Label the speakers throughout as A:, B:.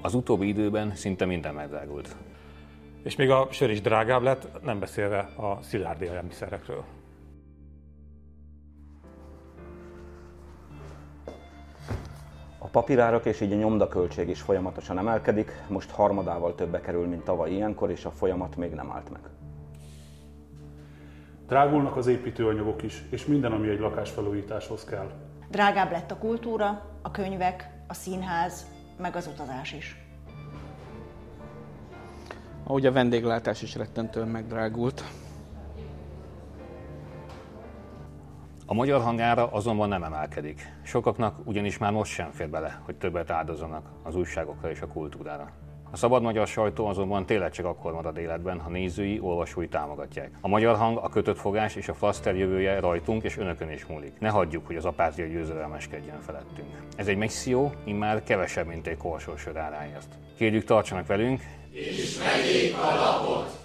A: Az utóbbi időben szinte minden megdrágult.
B: És még a sör is drágább lett, nem beszélve a szilárd élelmiszerekről.
C: A papírárak és így a nyomdaköltség is folyamatosan emelkedik, most harmadával többe kerül, mint tavaly ilyenkor, és a folyamat még nem állt meg.
D: Drágulnak az építőanyagok is, és minden, ami egy lakásfelújításhoz kell.
E: Drágább lett a kultúra, a könyvek, a színház, meg az utazás is.
F: Ahogy a vendéglátás is rettentően megdrágult.
A: A magyar hangára azonban nem emelkedik. Sokaknak ugyanis már most sem fér bele, hogy többet áldozzanak az újságokra és a kultúrára. A szabad magyar sajtó azonban tényleg csak akkor marad életben, ha nézői, olvasói támogatják. A magyar hang, a kötött fogás és a flaszter jövője rajtunk és önökön is múlik. Ne hagyjuk, hogy az apátia győzedelmeskedjen felettünk. Ez egy misszió, immár kevesebb, mint egy korsósör áráért. Kérjük, tartsanak velünk,
G: és vegyék a lapot!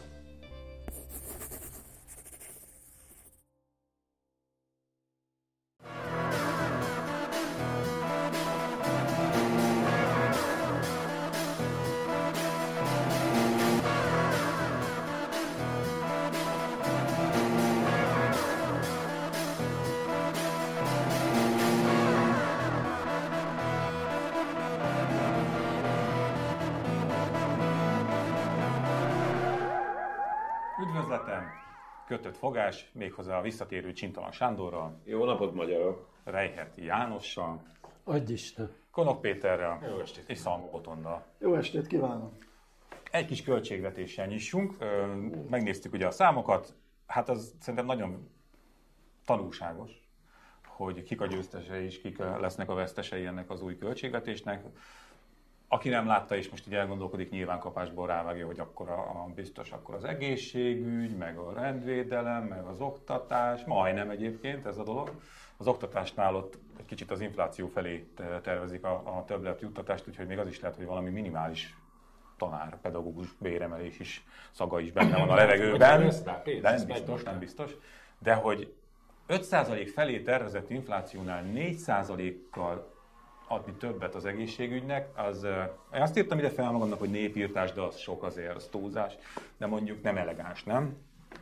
B: Üdvözletem! Kötött fogás, méghozzá a visszatérő Csintalan Sándorral.
H: Jó napot, magyarok!
B: Reicherti Jánossal.
I: Adj Isten!
B: Konok Péterrel.
H: Jó estét!
B: És Szalmó Botondal.
I: Jó estét kívánok!
B: Egy kis költségvetéssel nyissunk. Megnéztük ugye a számokat. Hát az szerintem nagyon tanulságos, hogy kik a győztesei és kik lesznek a vesztesei ennek az új költségvetésnek. Aki nem látta és most így elgondolkodik, nyilván kapásból rávágja, hogy akkor biztos akkor az egészségügy, meg a rendvédelem, meg az oktatás, majdnem egyébként ez a dolog. Az oktatásnál ott egy kicsit az infláció felé tervezik a többlet juttatást, úgyhogy még az is lehet, hogy valami minimális tanár, pedagógus béremelés is, szaga is benne van a levegőben. Nem biztos. De hogy 5% felé tervezett inflációnál 4%-kal adni többet az egészségügynek, az, én azt írtam ide fel magamnak, hogy népírtás, de az sok azért, az túlzás, de mondjuk nem elegáns, nem?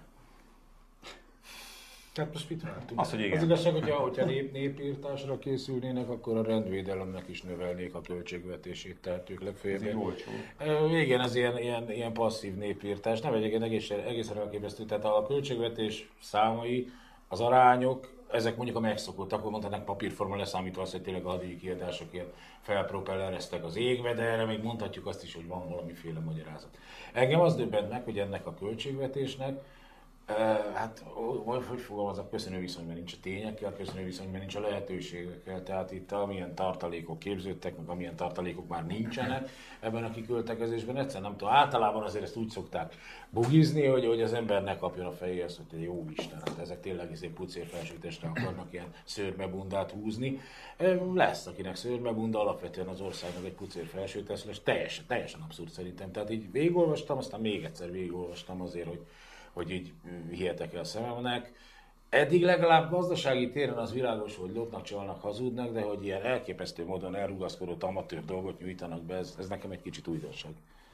H: Tehát most mit vártunk?
B: Az, hogy igen.
H: Az igazság, hogyha népírtásra készülnének, akkor a rendvédelemnek is növelnék a költségvetését, tehát ők legfeljebb.
B: Ez így olcsó.
H: Igen, ez ilyen passzív népírtás, nem egyébként egészen elképesztő, tehát a költségvetés számai, az arányok, ezek mondjuk a megszokott, akkor mondhatnánk papírforma leszámítva azt, hogy tényleg a hadügyi kiadások ilyen felpropellereztek az égbe, de erre még mondhatjuk azt is, hogy van valamiféle magyarázat. Engem az döbbent meg, hogy ennek a költségvetésnek, hát hogy fogalmazok, köszönő viszonyban nincs a tényekkel, köszönő viszonyban nincs a lehetőségekkel, tehát itt amilyen tartalékok képződtek, meg amilyen tartalékok már nincsenek ebben a kiköltekezésben, egyszerűen nem tudom, általában azért ezt úgy szokták bugizni, hogy az ember ne kapjon a fejéhez, hogy te jó Isten, hát ezek tényleg ezért pucérfelsőtestre akarnak ilyen szőrmebundát húzni. Lesz, akinek szőrmebunda, alapvetően az országnak egy pucérfelsőtest lesz, teljesen abszurd szerintem. Tehát így végigolvastam, aztán még egyszer végigolvastam azért, hogy így hihetek el a szememnek. Eddig legalább gazdasági téren az világos, hogy lopnak, csalnak, hazudnak, de hogy ilyen elképesztő módon elrugaszkodott amatőr dolgot nyújtanak be, ez nekem egy kicsit újdonság.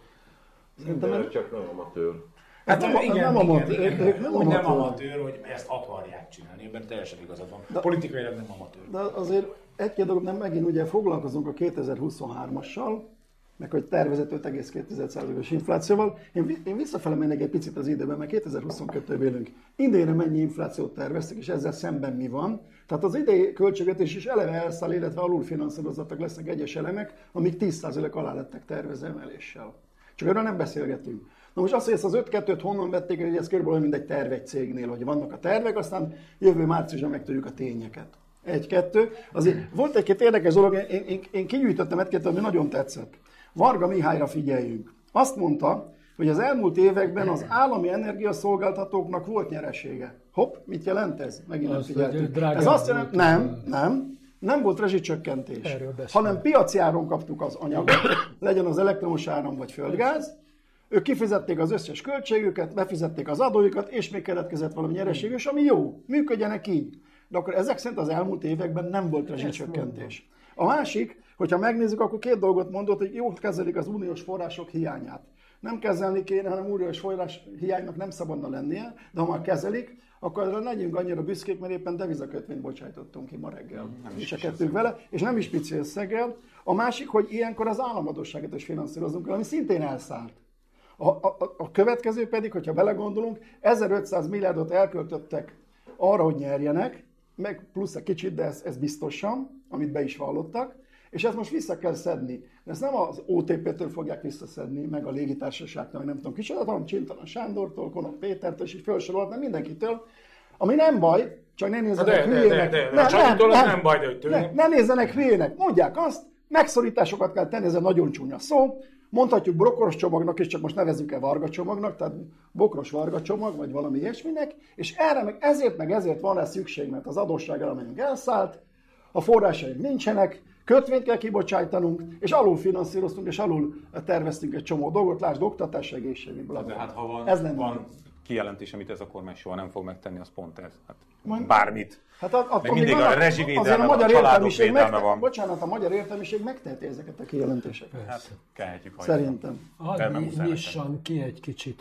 H: De csak nem amatőr.
I: Hát nem
H: amatőr, hogy ezt akarják csinálni, ebben teljesen igazad van. Politikailag nem amatőr.
I: De azért egy-két dolog nem, megint ugye foglalkozunk a 2023-assal, meg hogy tervezett 5,2%-os inflációval. Én visszafele mennék egy picit az időben, mert 2022-ben élünk. Idénre mennyi inflációt terveztek, és ezzel szemben mi van. Tehát az idei költségvetés is eleve elszáll, illetve alulfinanszírozottak lesznek egyes elemek, amik 10% alá lettek tervezve emeléssel. Csak erről nem beszélgetünk. Na most azt, hogy ezt az 5-2-t honnan vették, hogy ez körülbelül mind egy terv egy cégnél, hogy vannak a tervek, aztán jövő márciusban megtudjuk a tényeket. 1-2. Azért volt egy-két érdekes dolog, én kigyűjtöttem egy-kettőt, ami nagyon tetszett. Varga Mihályra figyeljünk. Azt mondta, hogy az elmúlt években az állami energiaszolgáltatóknak volt nyeresége. Hopp, mit jelent ez? Megint nem figyeltünk. Ez azt jelenti, nem volt rezsicsökkentés, hanem piaci áron kaptuk az anyagot, legyen az elektromos áram vagy földgáz, ők kifizették az összes költségüket, befizették az adójukat, és még keletkezett valami nyereség, és ami jó, működjenek így. De akkor ezek szerint az elmúlt években nem volt rezsicsökkentés. A másik, hogyha megnézzük, akkor két dolgot mondott, hogy jól kezelik az uniós források hiányát. Nem kezelni kéne, hanem uniós forrás hiánynak nem szabadna lennie, de ha már kezelik, akkor legyünk annyira büszkék, mert éppen devizakötvényt bocsájtottunk ki ma reggel. És a kettők vele, és nem is pici összeggel. A másik, hogy ilyenkor az államadósságot is finanszírozunk, ami szintén elszállt. A következő pedig, hogyha belegondolunk, 1500 milliárdot elköltöttek arra, hogy nyerjenek, meg plusz egy kicsit, de ez biztosan, amit be is vallottak, és ezt most vissza kell szedni. De ezt nem az OTP-től fogják visszaszedni, meg a légitársaságtól, meg nem tudom kicsoda, hanem Csintalan Sándortól, Konok Pétertől, és így felsorolt, mindenkitől, ami nem baj, csak ne nézzenek hülyének.
H: Nem baj, de hogy tőle.
I: Ne nézzenek hülyének, mondják azt, megszorításokat kell tenni, ez egy nagyon csúnya szó, mondhatjuk brokkoros csomagnak, és csak most nevezzük el Varga csomagnak, tehát bokros Varga csomag, vagy valami ilyesminek, és erre meg ezért van rá szükség, mert az adósságállamányunk elszállt, a forrásaink nincsenek, kötvényt kell kibocsájtanunk, és alul finanszíroztunk, és alul terveztünk egy csomó dolgot, lásd, oktatás, egészségügy,
B: De hát ha van kijelentés, amit ez a kormány soha nem fog megtenni, az pont ez. Hát bármit.
I: Hát attól
B: mindig a rezsivédelme van, a családok védelme van.
I: Bocsánat, a magyar értelmiség megteheti ezeket a kijelentéseket.
B: Hát kelhetjük hajtani.
I: Szerintem.
J: Nyissam ki egy kicsit,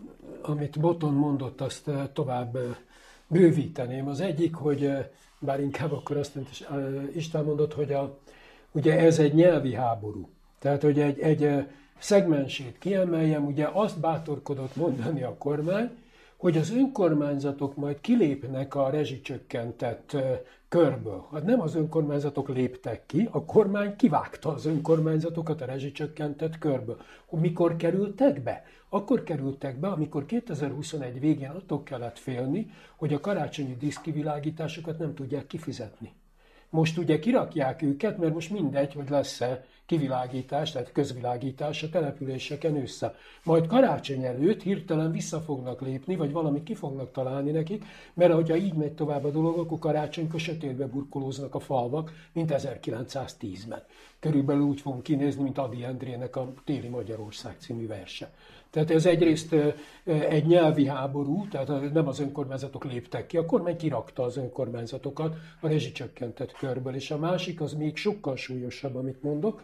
J: amit Botton mondott, azt tovább bővíteném. Az egyik, hogy bár inkább akkor azt, amit István mondott, hogy ugye ez egy nyelvi háború. Tehát, hogy egy szegmensét kiemeljem, ugye azt bátorkodott mondani a kormány, hogy az önkormányzatok majd kilépnek a rezsicsökkentett körből. Hát nem az önkormányzatok léptek ki, a kormány kivágta az önkormányzatokat a rezsicsökkentett körből. Mikor kerültek be? Akkor kerültek be, amikor 2021 végén attól kellett félni, hogy a karácsonyi díszkivilágításokat nem tudják kifizetni. Most ugye kirakják őket, mert most mindegy, hogy lesz-e kivilágítás, tehát közvilágítás a településeken össze. Majd karácsony előtt hirtelen vissza fognak lépni, vagy valamit ki fognak találni nekik, mert hogyha így megy tovább a dolog, akkor karácsonykor sötétbe burkolóznak a falvak, mint 1910-ben. Körülbelül úgy fogunk kinézni, mint Ady Endrének a Téli Magyarország című verse. Tehát ez egyrészt egy nyelvi háború, tehát nem az önkormányzatok léptek ki, a kormány kirakta az önkormányzatokat a rezsicsökkentett körből, és a másik az még sokkal súlyosabb, amit mondok.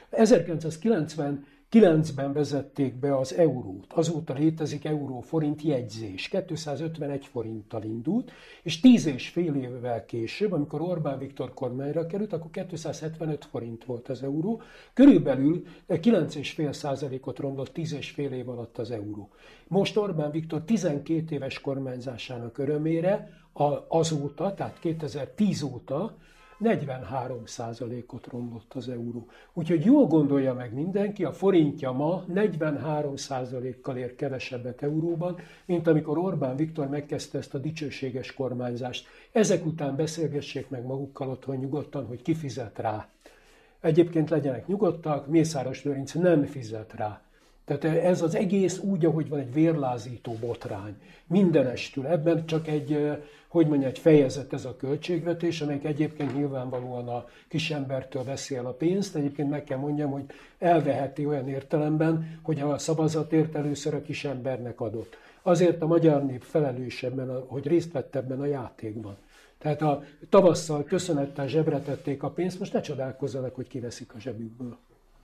J: 1999-ben vezették be az eurót, azóta létezik euró-forint jegyzés, 251 forinttal indult, és 10,5 évvel később, amikor Orbán Viktor kormányra került, akkor 275 forint volt az euró, körülbelül 9,5%-ot romlott 10,5 év alatt az euró. Most Orbán Viktor 12 éves kormányzásának örömére azóta, tehát 2010 óta 43%-ot romlott az euró. Úgyhogy jól gondolja meg mindenki, a forintja ma 43%-kal ér kevesebbet euróban, mint amikor Orbán Viktor megkezdte ezt a dicsőséges kormányzást. Ezek után beszélgessék meg magukkal otthon nyugodtan, hogy ki fizet rá. Egyébként legyenek nyugodtak, Mészáros Lőrinc nem fizet rá. Tehát ez az egész úgy, ahogy van, egy vérlázító botrány. Mindenestül. Ebben csak egy fejezet ez a költségvetés, amelyik egyébként nyilvánvalóan a kisembertől veszi el a pénzt. Egyébként meg kell mondjam, hogy elveheti olyan értelemben, hogy a szavazatért először a kisembernek adott. Azért a magyar nép felelős ebben, hogy részt vett ebben a játékban. Tehát a tavasszal köszönettel zsebre tették a pénzt, most ne csodálkozzanak, hogy kiveszik a zsebükből.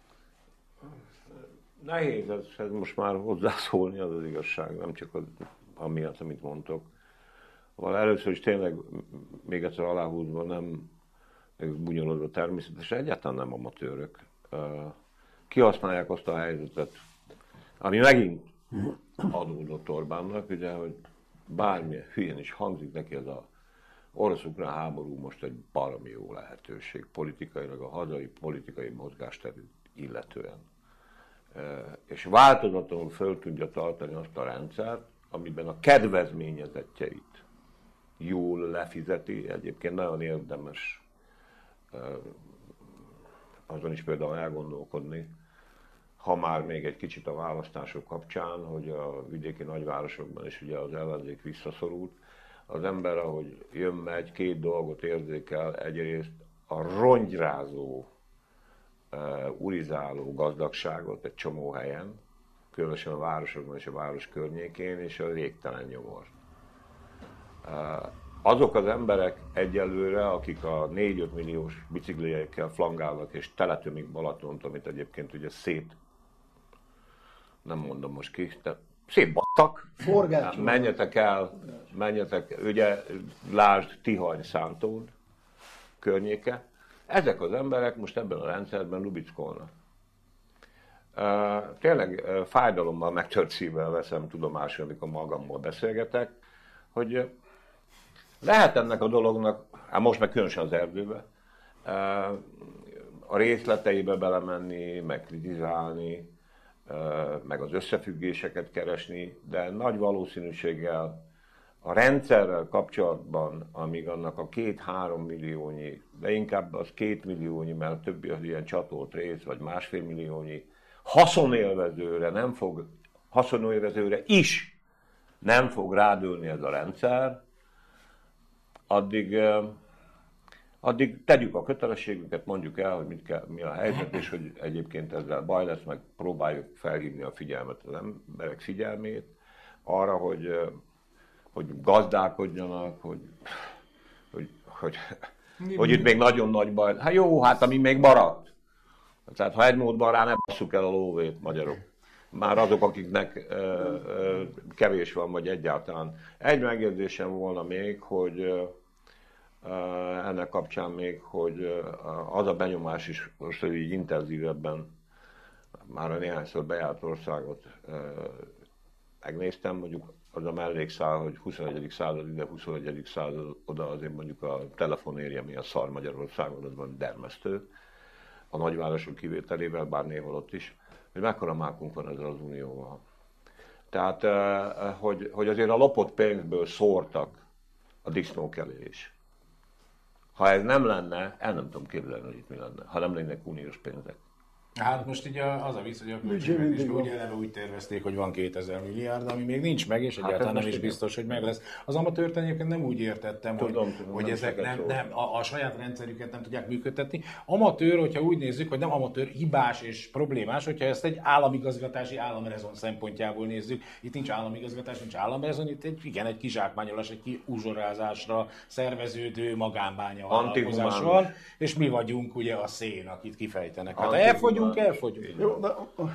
K: Nehéz ez most már hozzászólni, az az igazság, nem csak amiatt, amit mondtok. Először is tényleg, még egyszer aláhúzva, nem bunyolodva természetesen, egyáltalán nem amatőrök. Kihasználják azt a helyzetet, ami megint adódott Orbánnak, ugye, hogy bármilyen hülyén is hangzik neki, ez az orosz-ukrán háború most egy baromi jó lehetőség politikailag, a hazai politikai mozgásterét illetően. És változatlanul föl tudja tartani azt a rendszert, amiben a kedvezményezettjeit jól lefizeti. Egyébként nagyon érdemes azon is például elgondolkodni, ha már még egy kicsit a választások kapcsán, hogy a vidéki nagyvárosokban is ugye az ellenzék visszaszorult. Az ember, ahogy jön-megy, két dolgot érzékel. Egyrészt a rongyrázó, urizáló gazdagságot egy csomó helyen, különösen a városokban és a város környékén, és a végtelen nyomor. azok az emberek egyelőre, akik a 4-5 milliós bicikliekkel flangálnak és teletömik Balatont, amit egyébként ugye nem mondom most ki, de szétbattak. Menjetek el, ugye lásd Tihany, Szántón környéke. Ezek az emberek most ebben a rendszerben lubickolnak. Tényleg fájdalommal, megtört szívvel veszem tudomásul, amikor magammal beszélgetek, hogy lehet ennek a dolognak, most meg különösen az erdőbe, a részleteibe belemenni, meg kritizálni, meg az összefüggéseket keresni, de nagy valószínűséggel a rendszerrel kapcsolatban, amíg annak a 2-3 milliónyi, de inkább az 2 milliónyi, mert többi az ilyen csatolt rész, vagy 1,5 milliónyi haszonélvezőre is nem fog rádőlni ez a rendszer, addig tegyük a kötelességünket, mondjuk el, hogy mi a helyzet, és hogy egyébként ezzel baj lesz, meg próbáljuk felhívni a figyelmet, az emberek figyelmét arra, hogy gazdálkodjanak, hogy itt még nagyon nagy baj. Hát jó, hát ami még maradt. Tehát ha egy módban rá ne basszuk el a lóvét, magyarok. Már azok, akiknek kevés van, vagy egyáltalán. Egy megjegyzésem volna még, hogy ennek kapcsán még, hogy az a benyomás is most, hogy így intenzívebben már a néhányszor bejárt országot megnéztem, mondjuk az a mellékszál, hogy 21. század ide, 21. század oda, azért mondjuk a telefonérje, mi a szar Magyarországon, az van dermesztő, a nagyvárosok kivételével, bár néhol ott is, hogy mekkora mákunk van ezzel az unióval. Tehát, hogy azért a lopott pénzből szórtak a disznók elé is. Ha ez nem lenne, el nem tudom képzelni, hogy itt mi lenne, ha nem lennének uniós pénzek.
H: Hát most így az a vicc, hogy a költségvetésben ugye eleve úgy tervezték, hogy van 2000 milliárd, ami még nincs meg, és egyáltalán nem is biztos, hogy meg lesz. Az amatőrt egyébként nem úgy értettem, hogy ezek nem a saját rendszerüket nem tudják működtetni. Amatőr, hogyha úgy nézzük, hogy nem amatőr, hibás és problémás, hogyha ezt egy államigazgatási államrezon szempontjából nézzük. Itt nincs államigazgatás, nincs államrezon, itt egy kizsákmányolás, egy kiuzsorázásra szerveződő magánbánya vállalkozás van, és mi vagyunk ugye a szén, akit kifejtenek. Hát elfogyunk.
I: Jó, de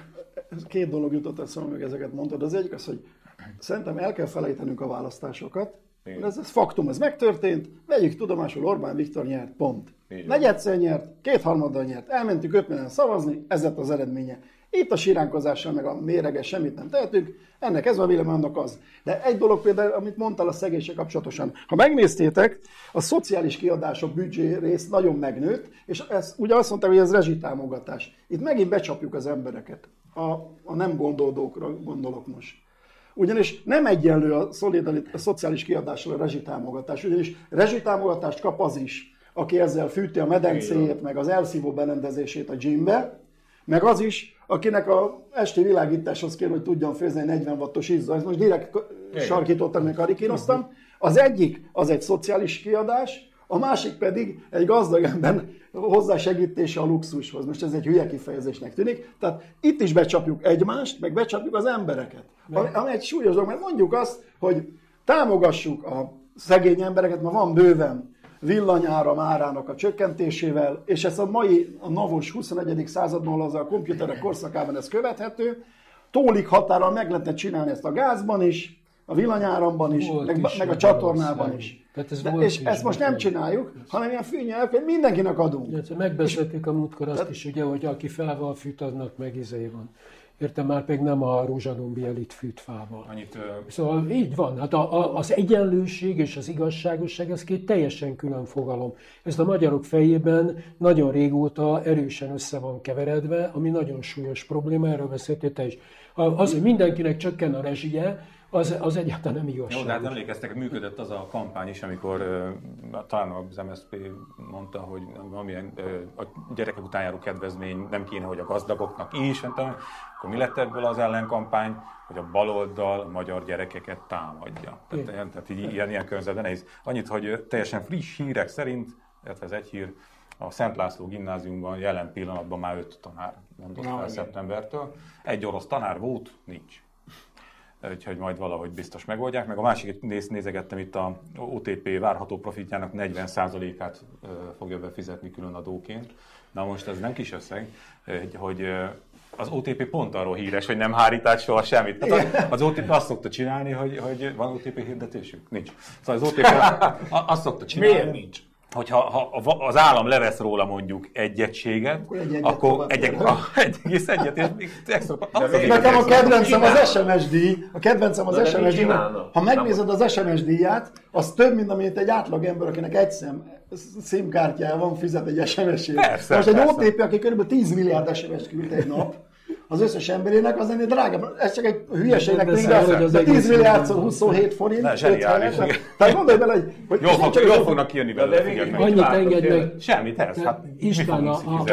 I: két dolog jutott eszembe, még ezeket mondtad. Az egyik az, hogy szerintem el kell felejtenünk a választásokat. Ez faktum, ez megtörtént, vegyük tudomásul, Orbán Viktor nyert, pont. Negyedszer nyert, 2/3 nyert, elmentünk 5 millióan szavazni, ez lett az eredménye. Itt a siránkozással, meg a méreges semmit nem tehetünk, ennek ez a vélemény, annak az. De egy dolog például, amit mondtál a szegénység kapcsolatosan. Ha megnéztétek, a szociális kiadások büdzsé rész nagyon megnőtt, és ez, ugye azt mondták, hogy ez rezsitámogatás. Itt megint becsapjuk az embereket. A nem gondolókra gondolok most. Ugyanis nem egyenlő a szociális kiadással a rezsitámogatás, ugyanis rezsitámogatást kap az is, aki ezzel fűti a medencéjét, meg az elszívó berendezését a gymbe, meg az is, akinek a esti világításhoz kell, hogy tudjon főzni egy 40 wattos izzó. Ezt most direkt sarkítottam, meg karikíroztam. Az egyik, az egy szociális kiadás, a másik pedig egy gazdag ember hozzásegítése a luxushoz. Most ez egy hülye kifejezésnek tűnik. Tehát itt is becsapjuk egymást, meg becsapjuk az embereket. Ami egy súlyos dolog, mert mondjuk azt, hogy támogassuk a szegény embereket, mert van bőven villanyáram árának a csökkentésével, és ez a mai, a navos 21. században, az a komputerek korszakában ez követhető. Tólig határral meg lehetne csinálni ezt a gázban is, a villanyáramban is, meg a csatornában is. És ezt most nem csináljuk, hanem ilyen fűnyelv, mindenkinek adunk.
J: Megbeszéltük a múltkor azt is, ugye, hogy aki fával fűt, annak meg van. Értem, már pedig nem a rózsadombi elit fűtfával. Szóval így van. Hát az egyenlőség és az igazságosság, ez két teljesen külön fogalom. Ez a magyarok fejében nagyon régóta erősen össze van keveredve, ami nagyon súlyos probléma, erről beszéltél te is. Az, hogy mindenkinek csökken a rezsie, az egyáltalán nem igazságos.
B: Jó, de hát emlékeztek, működött az a kampány is, amikor talán az MSZP mondta, hogy valamilyen a gyerekek után járó kedvezmény nem kéne, hogy a gazdagoknak is, akkor mi lett ebből az ellenkampány, hogy a baloldal a magyar gyerekeket támadja. Tehát így ilyen környezetben nehéz. Annyit, hogy teljesen friss hírek szerint, illetve ez egy hír, a Szent László gimnáziumban jelen pillanatban már 5 tanár mondott fel szeptembertől. Egy orosz tanár volt, nincs. úgyhogy majd valahogy biztos megoldják. Meg a másik, nézegettem itt a OTP várható profitjának 40%-át fogja befizetni külön adóként. Na most ez nem kis összeg, hogy az OTP pont arról híres, hogy nem hárítás soha semmit. Tehát az OTP azt szokta csinálni, hogy van OTP hirdetésük? Nincs. Szóval az OTP azt szokta csinálni.
H: Miért nincs?
B: Hogyha az állam levesz róla mondjuk egy egységet, akkor 1,1-et és még extra...
I: Nekem a kedvencem az SMS díj. A kedvencem az SMS díj. Ha megnézed az SMS díját, az több, mint amit egy átlag ember, akinek egy SIM-kártyája van, fizet egy SMS-ért. Most egy OTP, aki kb. 10 milliárd SMS-t küld egy nap, az összes emberének az ennél drágább. Ez csak egy hülyeségnek tűnik, de 10 milliárdszor 27 forint.
B: Ne, zseniális.
I: Tehát gondolj bele, hogy
B: jól fognak kijönni belőle.
J: Annyit engednek.
B: Semmit ez.
J: István,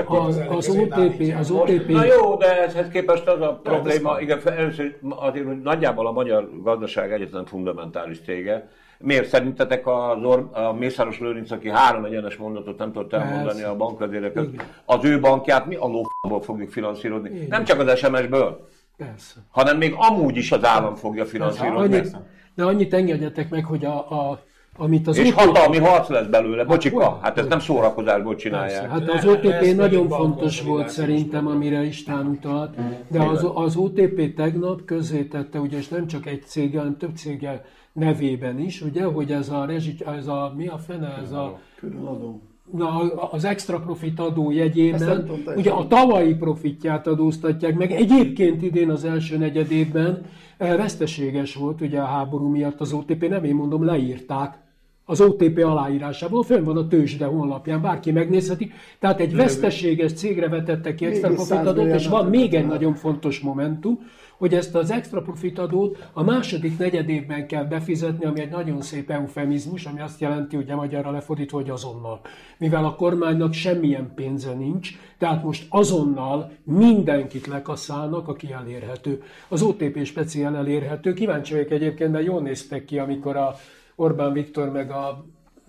J: az OTP...
K: Na jó, de ehhez képest az a probléma, igen, először azért, hogy nagyjából a magyar gazdaság egyetlen fundamentális cége. Miért szerintetek a Mészáros Lőrinc, aki 3 egyenes mondatot nem tudott elmondani a bankvezéreket, az ő bankját mi a lófából fogjuk finanszírozni? Igen. Nem csak az SMS-ből, hanem még amúgy is az állam fogja finanszírozni.
J: De annyit engedjetek meg, hogy amit az
K: és hatalmi harc lesz belőle, bocsika, hát ezt nem szórakozásból csinálják.
J: Hát az OTP nagyon fontos volt szerintem, amire István utalt, de az OTP tegnap közzétette, ugye, és nem csak egy céggel, hanem több céggel nevében is, ugye, hogy mi a fene, ez a
I: különadó.
J: Az extra profit adó jegyében, ugye a tavalyi profitját adóztatják meg, egyébként idén az első negyedévben veszteséges volt, ugye a háború miatt az OTP, nem én mondom, leírták az OTP aláírásából, fönn van a tőzsde honlapján, bárki megnézheti, tehát egy veszteséges cégre vetette ki extra profit adót, és van még egy nagyon fontos momentum, hogy ezt az extra profit adót a második negyedévben kell befizetni, ami egy nagyon szép eufemizmus, ami azt jelenti, hogy a magyarra lefordítva, hogy azonnal. Mivel a kormánynak semmilyen pénze nincs, tehát most azonnal mindenkit lekaszálnak, aki elérhető. Az OTP speciál elérhető. Kíváncsi vagyok egyébként, mert jól néztek ki, amikor a Orbán Viktor meg a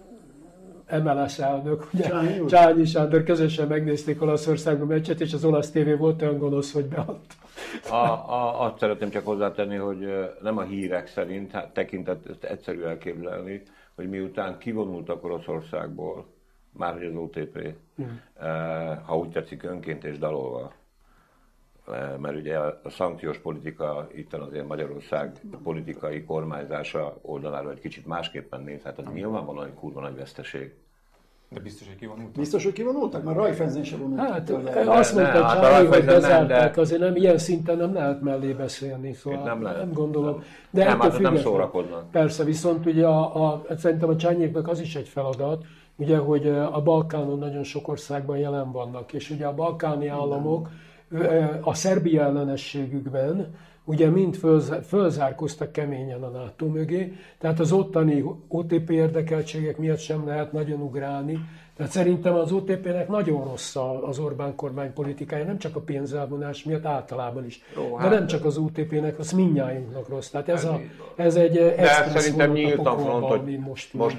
J: MLS elnök, ugye, Csányi Sándor közösen megnézték Olaszországban meccset, és az olasz tévé volt olyan gonosz, hogy beadta.
K: Azt szeretném csak hozzátenni, hogy nem a hírek szerint, hát tekintet egyszerű elképzelni, hogy miután kivonultak Oroszországból, már hogy az OTP, ha úgy tetszik önként és dalolva, mert ugye a szankciós politika itt azért Magyarország politikai kormányzása oldaláról egy kicsit másképpen néz, hát az nyilvánvalóan egy kurva nagy veszteség.
B: De biztos, hogy kivonultak?
I: Biztos, hogy kivonultak? Mert Rajfenzen sem vonultak.
J: Hát azt mondta Csányi, hogy bezárták, azért nem ilyen szinten nem lehet mellé beszélni, szóval nem gondolom. De
K: nem, hát nem szórakoznak.
J: Persze, viszont ugye szerintem a Csányéknak az is egy feladat, ugye, hogy a Balkánon nagyon sok országban jelen vannak, és ugye a balkáni államok a Szerbia ellenességükben ugye mind fölzárkóztak keményen a NATO mögé, tehát az ottani OTP érdekeltségek miatt sem lehet nagyon ugrálni. Tehát szerintem az OTP-nek nagyon rossz az Orbán kormány politikája, nem csak a pénzelvonás miatt, általában is. Jó, de nem csak az OTP-nek, az mindnyájunknak rossz. Tehát ez egy expressz
K: volt a pokolban, ami most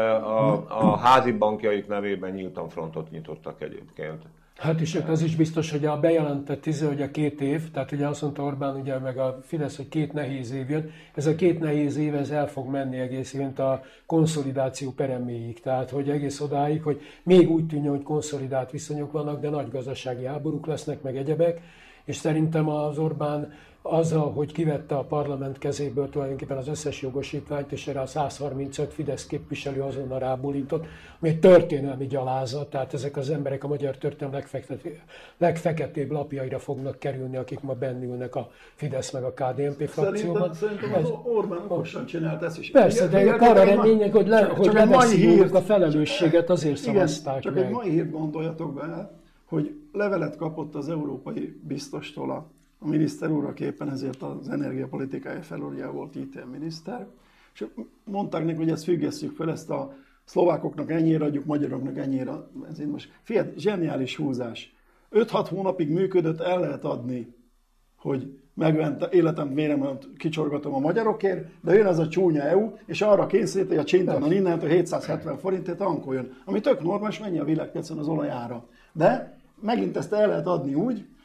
K: a házi bankjaik nevében nyíltan frontot nyitottak egyébként.
J: Hát és az is biztos, hogy a bejelentett hogy a 2 év, tehát ugye azt mondta Orbán, ugye meg a Fidesz, hogy 2 nehéz év jön, ez a 2 nehéz év ez el fog menni egész évent a konszolidáció pereméig, tehát hogy egész odáig, hogy még úgy tűnjön, hogy konszolidált viszonyok vannak, de nagy gazdasági háborúk lesznek, meg egyebek, és szerintem az Orbán azzal, hogy kivette a parlament kezéből tulajdonképpen az összes jogosítványt, és erre a 135 Fidesz képviselő azonnal rábólintott, ami egy történelmi gyalázat, tehát ezek az emberek a magyar történelem legfeketébb lapjaira fognak kerülni, akik ma bennülnek a Fidesz meg a KDNP frakcióban.
I: Szerintem Orbán okosan csinált ezt is.
J: Persze, de arra remények, hogy leveszik a felelősséget, azért szavazták meg.
I: Csak egy mai hírt gondoljatok be, hogy levelet kapott az európai biztostól a miniszter úr, aki éppen ezért az energiapolitikája felúrja volt ITM miniszter, és mondták neki, hogy ezt függesszük fel, ezt a szlovákoknak ennyire adjuk, magyaroknak ennyire. Ez így most, figyelj, zseniális húzás. 5-6 hónapig működött, el lehet adni, hogy megvente, életem véremet kicsorgatom a magyarokért, de jön ez a csúnya EU, és arra kényszerít, hogy a csintalan innentől 770 forintért tankoljon, ami tök normális, mennyi a világpiacon az olajára. De megint ezt el lehet adni úgy,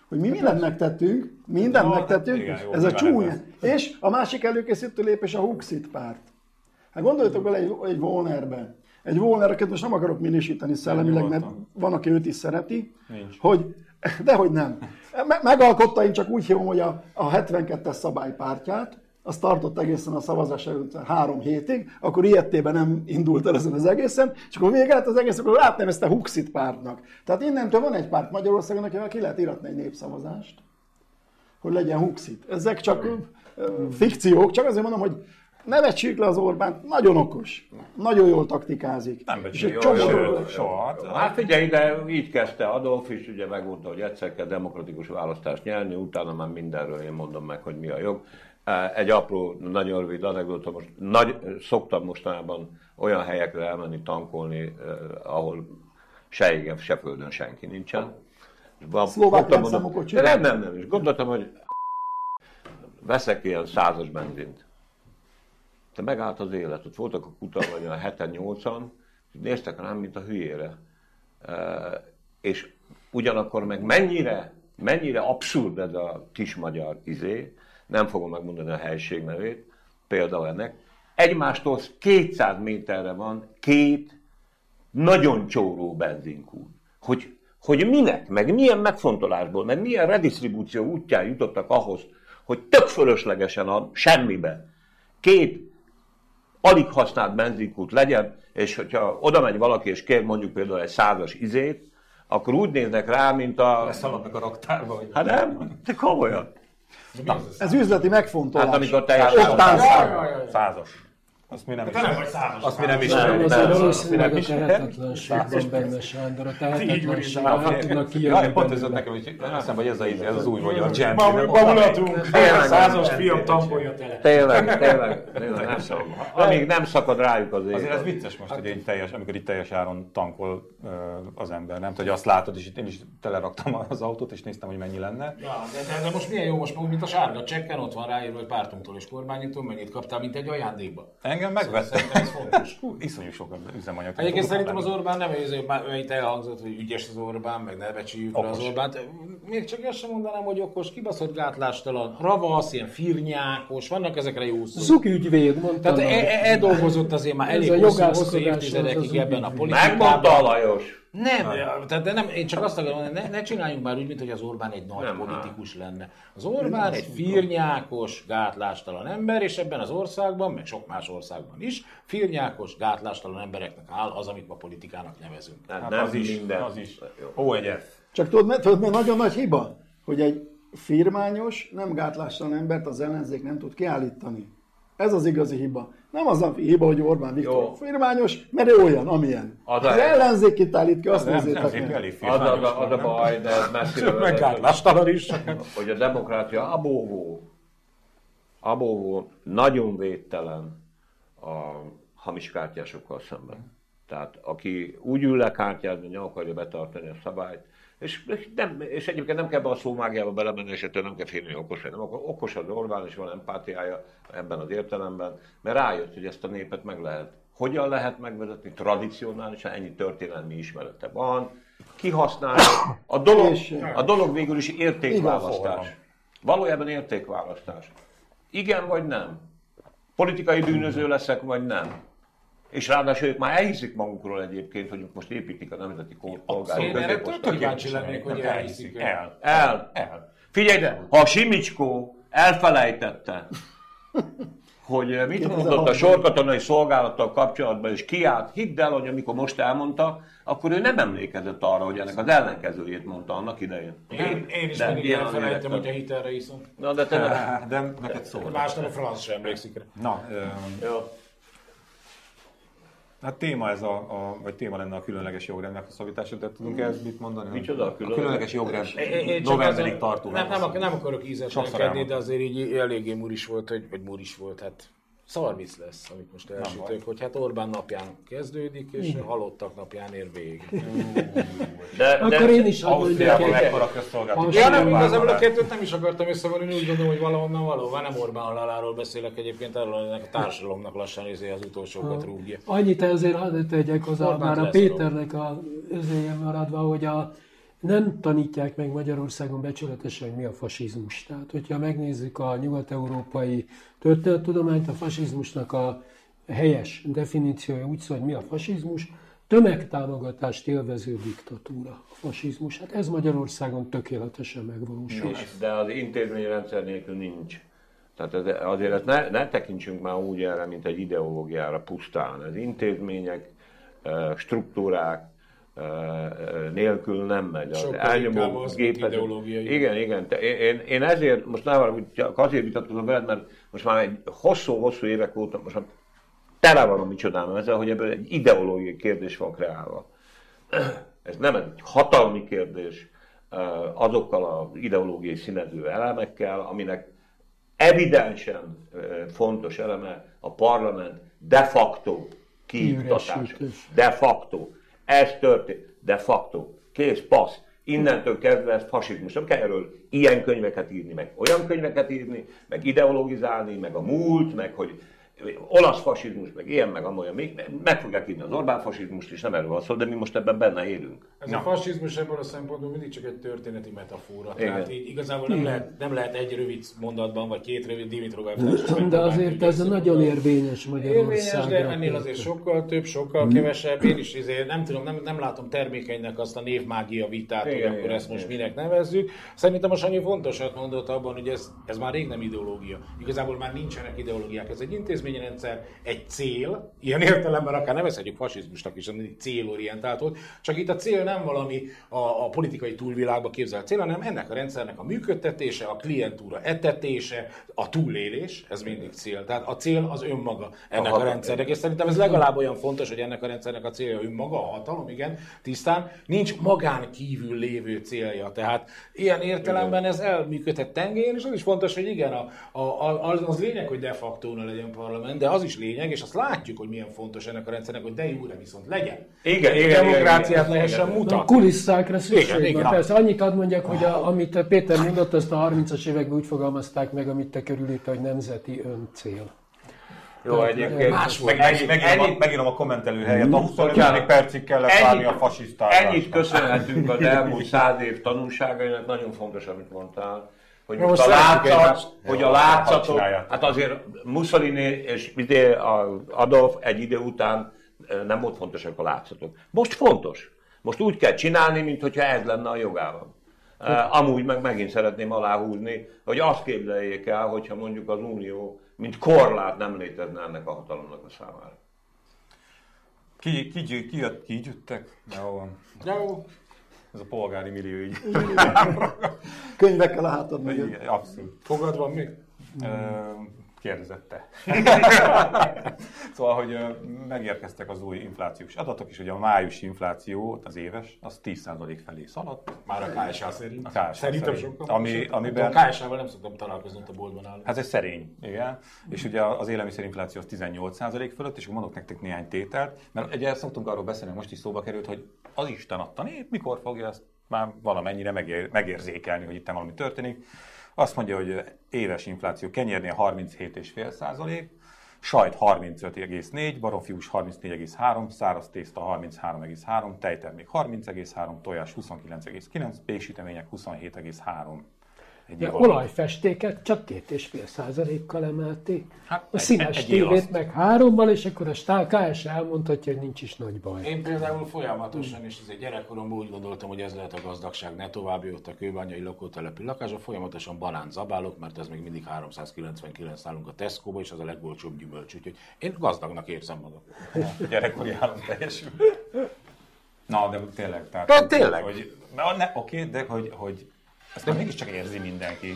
I: hogy mi mindent megtettünk,
B: igen, jó,
I: ez a csúnya.
B: ez.
I: És a másik előkészítő lépés a Huxit párt. Hát gondoljatok bele egy Volnerbe. Egy Volnereket most nem akarok minősíteni szellemileg, mert van, aki őt is szereti, hogy dehogy nem. Megalkotta, én csak úgy hívom, hogy a 72-es szabálypártját, azt tartott egészen a szavazás előtt 3 hétig, akkor ilyettében nem indult el ezen az egészen, és akkor vége lett az egész, akkor átnevezte Huxit pártnak. Tehát innentől van egy párt Magyarországon, akivel ki lehet iratni egy népszavazást, hogy legyen Huxit. Ezek csak fikciók, csak azért mondom, hogy ne becsüljük le az Orbánt, nagyon okos, nagyon jól taktikázik.
B: Nem becsüljük soha.
K: Hát figyelj, de így kezdte Adolf is, ugye megmondta, hogy egyszer kell demokratikus választást nyerni, utána már mindenről én mondom meg, hogy mi a jog. Egy apró, nagyon rövid anekdóta, szoktam mostanában olyan helyekre elmenni tankolni, ahol se égen, se földön senki nincsen.
I: Szlovák rendszámok csinálni?
K: Nem. És gondoltam, hogy veszek ilyen 100-as benzint. De megállt az élet, ott voltak a kutak, vagy a 7-8-an, néztek rám, mint a hülyére. És ugyanakkor meg mennyire abszurd ez a kis magyar izé, nem fogom megmondani a helység nevét, például ennek, egymástól 200 méterre van 2 nagyon csóró benzinkút. Hogy minek, meg milyen megfontolásból, meg milyen redistribúció útján jutottak ahhoz, hogy tök fölöslegesen a semmibe 2 alig használt benzinkút legyen, és hogyha oda megy valaki és kér mondjuk például egy 100-as izét, akkor úgy néznek rá, mint a...
B: Leszaladnak a raktárba. Vagy...
K: Hát nem, de komolyan.
I: Na, ez üzleti megfontolás.
K: Hát amikor teljesen...
B: 100-as. Azt mi nem
J: ismerjük. Azért valószínűleg a tehetetlenségben benne, Sándor. A tehetetlenségben nem tudnak kijönni.
B: Pont ez nekem, hogy eszembe, hogy ez az új magyar dzsem.
H: Babulatunk, 100-as fiam tampolja tele.
K: Tényleg, nem szakad. Amíg nem szakad rájuk az ég.
B: Azért ez vicces most, hogy amikor itt teljes áron tankol az ember, nem? Hogy azt látod, és én is teleraktam az autót, és néztem, hogy mennyi lenne.
H: Ja, de most milyen jó, most mint a sárga csekken, ott van ráírva, hogy pártunktól és kormányunktól mennyit kaptál, mint egy ajándékba.
B: Engem megvettek.
H: Ez fontos.
B: Iszonyú sok üzemanyag.
H: Egyébként szerintem az Orbán nem itt elhangzott, hogy ügyes az Orbán, meg ne becsüljük rá az Orbánt. Még csak ezt sem mondanám, hogy okos, kibaszott gátlástalan, ravasz, ilyen firnyákos, vannak ezekre jó szó.
J: Zugügyvéd, mondtam.
H: Tehát dolgozott azért már elég hosszú évtizedekig ebben a politikában.
K: Megmondta a Lajos.
H: Nem, én csak azt akarom mondani, ne csináljunk már úgy, mint hogy az Orbán egy nagy politikus lenne. Az Orbán egy firnyákos, gátlástalan ember, és ebben az országban, meg sok más országban is, firnyákos, gátlástalan embereknek áll az, amit ma politikának nevezünk.
K: Nem minden.
B: Az is. Ó, egy F.
I: Csak tudod, mi nagyon nagy hiba? Hogy egy firmányos, nem gátlástalan embert az ellenzék nem tud kiállítani. Ez az igazi hiba. Nem az a hiba, hogy Orbán Viktor firmányos, mert ő olyan, amilyen. Az ellenzék kitállít ki, azt nézzétek meg.
K: Az a baj, de ez messziről
B: meggátlástalan is.
K: Hogy a demokrácia abóvó, nagyon védtelen a hamis kártyásokkal szemben. Tehát aki úgy ül le kártyázni, nem akarja betartani a szabályt, és egyébként nem kell be a szómágiába belemenni, és ettől nem kell félni, hogy okos vagy. Nem okos az Orbán, és van empátiája ebben az értelemben, mert rájött, hogy ezt a népet meg lehet. Hogyan lehet megvezetni? Tradicionálisan ennyi történelmi ismerete van. Kihasználja. A dolog végül is értékválasztás. Valójában értékválasztás. Igen vagy nem? Politikai bűnöző leszek, vagy nem? És ráadásul ők már elhiszik magukról egyébként, hogy most építik a nemzeti polgári középosztályt.
H: Kíváncsi lennék, hogy elhiszik.
K: El. Figyelj, de ha Simicskó elfelejtette, hogy mit mondott a sorkatonai szolgálattal kapcsolatban, és kiállt, hidd el, hogy amikor most elmondta, akkor ő nem emlékezett arra, hogy ennek az ellenkezőjét mondta annak idején.
H: Én is mindig elfelejtem, hogyha hitelre iszom.
K: Na, de te
B: de neked szól.
H: Másnap a franc sem emlékszik rá.
B: Na, hát téma ez vagy téma lenne a különleges jogrend meghosszabbítása, de tudunk ezt mit mondani?
K: Micsoda
B: a különleges jogrend
H: novemberig tartó. Nem akarok ízetlenkedni, de azért így eléggé muris volt, hát szarvic lesz, amit most elsütök, hogy hát Orbán napján kezdődik, és halottak napján ér végig.
J: Akkor én is
B: Ausztriában mekkora közszolgáltatás.
H: Ja, nem, igazából a kettőt nem is akartam összevonni, úgy gondolom, hogy valahonnan nem Orbán haláláról beszélek egyébként, arról, hogy a társadalomnak lassan az utolsókat rúgja.
J: Annyit azért hadd tegyek hozzá, már a Péternek az özéje maradva, hogy nem tanítják meg Magyarországon becsületesen, hogy mi a fasizmus. Tehát, hogyha megnézzük a nyugat-európai történettudományt, a fasizmusnak a helyes definíciója úgy szól, hogy mi a fasizmus, tömegtámogatást élvező diktatúra a fasizmus. Hát ez Magyarországon tökéletesen megvalósul.
K: De az intézményrendszer nélkül nincs. Tehát azért ne tekintsünk már úgy erre, mint egy ideológiára pusztán. Az intézmények, struktúrák nélkül nem megy. Az elnyomó
H: ideológiai.
K: Igen. Én ezért, most nem csak azért vitatkozom veled, mert most már egy hosszú évek óta, most már tele van a micsodám ezzel, hogy ebből egy ideológiai kérdés van kreálva. Ez nem egy hatalmi kérdés azokkal az ideológiai színező elemekkel, aminek evidensen fontos eleme a parlament de facto kiiktatása. De facto. Ez történt. De facto. Kész, passz. Innentől kezdve ez fasizmus. Nem kell erről ilyen könyveket írni, meg olyan könyveket írni, meg ideologizálni, meg a múlt, meg hogy olasz fasizmus, meg ilyen, meg amolyan, meg fogják írni az Orbán fasizmust is, nem erről van szó, de mi most ebben benne élünk.
H: Ez a fasizmus ebből a szempontból mindig csak egy történeti metafora.
K: Igen.
H: Tehát így igazából nem lehet egy rövid mondatban, vagy két rövid Dimitrov.
J: De azért ez nagyon érvényes Magyarországon.
H: Érvényes, de ennél azért sokkal több, sokkal kevesebb. Én is nem látom termékenynek azt a névmágia vitát, hogy akkor ezt most minek nevezzük. Szerintem a Sanyi fontosat mondott abban, hogy ez már rég nem ideológia. Igazából már nincsenek ideológiák. Ez egy intézményrendszer, egy cél, ilyen értelemben akár nevezhetjük fasizmusnak is, ami célorientált volt, csak itt a cél nem valami a politikai túlvilágba képzelt cél, hanem ennek a rendszernek a működtetése, a klientúra etetése, a túlélés, ez mindig cél. Tehát a cél az önmaga ennek a rendszernek, és szerintem ez legalább olyan fontos, hogy ennek a rendszernek a célja önmaga, a hatalom, igen, tisztán, nincs magán kívül lévő célja. Tehát ilyen értelemben ez elműködhet tengén, és az is fontos, hogy igen, az lényeg, hogy de facto ne legyen parlament, de az is lényeg, és azt látjuk, hogy milyen fontos ennek a rendszernek, hogy de jure viszont legyen.
K: Igen,
H: demokráciát lehessen mutatni.
J: A kulisszákra szükség van. Persze, annyit ad mondjak, hogy amit Péter mondott, azt a 30-as években úgy fogalmazták meg, amit te körülírta, hogy nemzeti öncél.
K: Jó, egyébként
B: megírom a kommentelő helyet. A 25. percig kellett várni a fasisztára.
K: Ennyit köszönhetünk az elmúlt 100 év tanulságainak, nagyon fontos, amit mondtál. Hogy a látszatot, hát azért Mussolini és Adolf egy idő után nem volt fontosak a látszatok. Most fontos. Most úgy kell csinálni, mintha ez lenne a jogállam. Amúgy meg megint szeretném aláhúzni, hogy azt képzeljék el, hogyha mondjuk az Unió, mint korlát nem létezne ennek a hatalomnak a számára.
B: Ki gyűjtek? Jó. Ez a polgári millió így.
I: Könyvekkel a hátad mögött.
B: Abszolút.
H: Fogad van még?
B: Kérdezett te. Szóval, hogy megérkeztek az új inflációs adatok, és ugye a májusi infláció, az éves, az 10% felé szaladt.
H: Már a KSH szerint.
B: Szerintem sokkal. Amiben...
H: A KSH-val nem szoktam találkozni, a boltban állni.
B: Hát ez szerény, igen. És ugye az élelmiszerinfláció az 18% fölött, és akkor mondok nektek néhány tételt, mert ugye szoktunk arról beszélni, most is szóba került, hogy az Isten adta nép, mikor fogja ezt már valamennyire megérzékelni, hogy itt valami történik. Azt mondja, hogy éves infláció kenyérnél 37,5%, sajt 35,4, baromfiús 34,3, száraz tészta 33,3, tejtermék 30,3, tojás 29,9, péksütemények 27,3.
J: Olajfestéket csak 2,5%-kal emelték.
B: Hát
J: a színes tévét meg 3-mal, és akkor a KSH elmondhatja, hogy nincs is nagy baj.
H: Én például folyamatosan, és azért gyerekkoromban úgy gondoltam, hogy ez lehet a gazdagság, ne tovább jött a kőbányai lakótelepi lakásra, folyamatosan banánt zabálok, mert ez még mindig 399 nálunk a Tesco-ba, és az a legolcsóbb gyümölcs, úgyhogy én gazdagnak érzem magam.
B: Gyerekkori állam teljesül. Na, de tényleg. Tehát,
H: tényleg?
B: Oké, de hogy ezt nem mégiscsak érzi mindenki.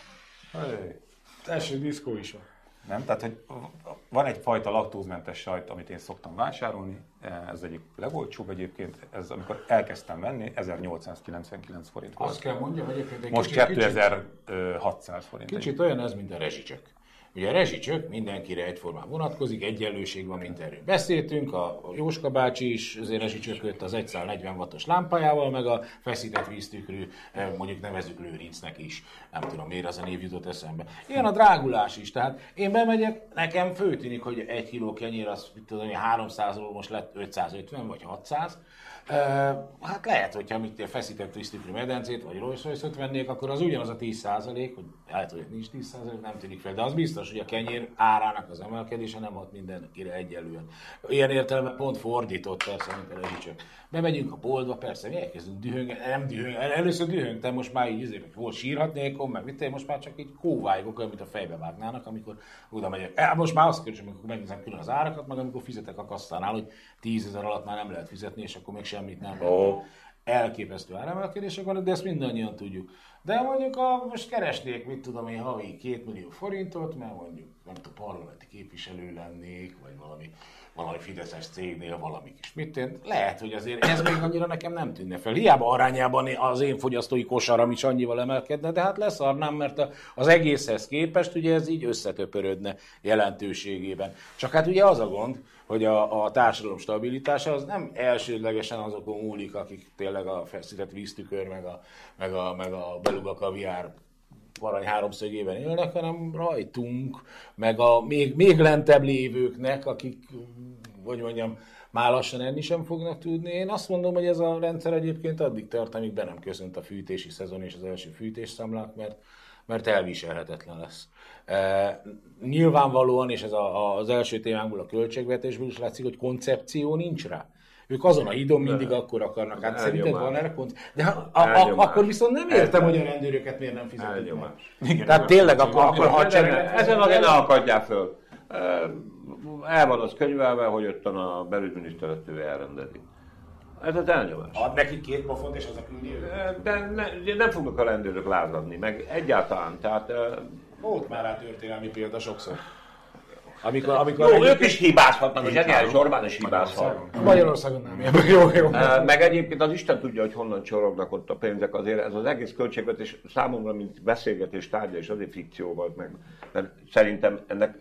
H: Első diszkó is van.
B: Nem? Tehát, hogy van egyfajta laktózmentes sajt, amit én szoktam vásárolni, ez egyik legolcsóbb egyébként, ez amikor elkezdtem venni, 1899 forint volt.
H: Azt kell mondjam egyébként, egy
B: most 2600 forint.
H: Kicsit olyan ez, mint a rezsicsök. Ugye a rezsicsök mindenkire egyformán vonatkozik, egyenlőség van, mint erről beszéltünk, a Jóska bácsi is azért rezsicsököt az 140 wattos lámpájával, meg a feszített víztükrű, mondjuk nevezzük Lőrincnek is, nem tudom miért az a név jutott eszembe. Ilyen a drágulás is, tehát én bemegyek, nekem föltűnik, hogy 1 kiló kenyér az 300-ról most lett 550 vagy 600, Hát lehet, hogyha mit feszített twisztükrű medencét, vagy Rolls-Royce-ot vennék, akkor az ugyanaz a 10%, hogy lehet, hogy nincs 10%, nem tűnik fel, de az biztos, hogy a kenyér árának az emelkedése nem hat mindenkire egyenlően. Ilyen értelemben pont fordított, persze, mint a rezsicsök. Bemegyünk a boltba, persze, mi elkezdünk dühöngeni, nem dühöngeni, először dühöngtem, most már így, hogy hol sírhatnék, meg mit, most már csak így kóvályogok, olyan, mint a fejbe vágnának, amikor oda megyek. Most már azt kérdezem, amikor megnézem külön az árakat, meg amikor fizetek a kasszánál, hogy 10 000 alatt már nem lehet fizetni, és akkor még semmit nem lehet. Elképesztő áremelkedések vannak, de ezt mindannyian tudjuk. De mondjuk most keresnék, mit tudom én, havi 2 millió forintot, mert mondjuk, nem tudom, parlamenti képviselő lennék, vagy valami fideszes cégnél valami kis mit. Lehet, hogy azért ez még annyira nekem nem tűnne fel. Hiába arányában az én fogyasztói kosaram is annyival emelkedne, de hát leszarnám, mert az egészhez képest ugye ez így összetöpörödne jelentőségében. Csak hát ugye az a gond, hogy a társadalom stabilitása az nem elsődlegesen azokon múlik, akik tényleg a feszített víztükör, meg a beluga kaviár arany háromszögében élnek, hanem rajtunk, meg a még lentebb lévőknek, akik, hogy mondjam, már lassan enni sem fognak tudni. Én azt mondom, hogy ez a rendszer egyébként addig tart, amíg be nem köszönt a fűtési szezon és az első fűtésszámlák, mert elviselhetetlen lesz. Nyilvánvalóan, és ez az első témánkból, a költségvetésből is látszik, hogy koncepció nincs rá. Ők azon a hídon mindig akkor akarnak. Hát szerinted van erre de akkor viszont nem értem, hogy a rendőröket miért nem fizetik meg. Tehát tényleg akkor
K: ezen azért ne akadjál föl. El van az könyvelve, hogy ott a belügyminiszteret ő elrendezi. Ez az elnyomás.
H: Ad neki 2 pofont, és az a küldi
K: de nem fognak a rendőrök lázadni, meg egyáltalán. Tehát,
H: volt már rá történelmi példa sokszor.
K: Jó, ők is hibázhatnak, és Enyáris Orbán is hibázhat.
H: Magyarországon nem. Jó.
K: Meg egyébként az Isten tudja, hogy honnan csorognak ott a pénzek, azért ez az egész költségvetés számomra, mint beszélgetés tárgya, és azért fikció volt meg. Mert szerintem ennek...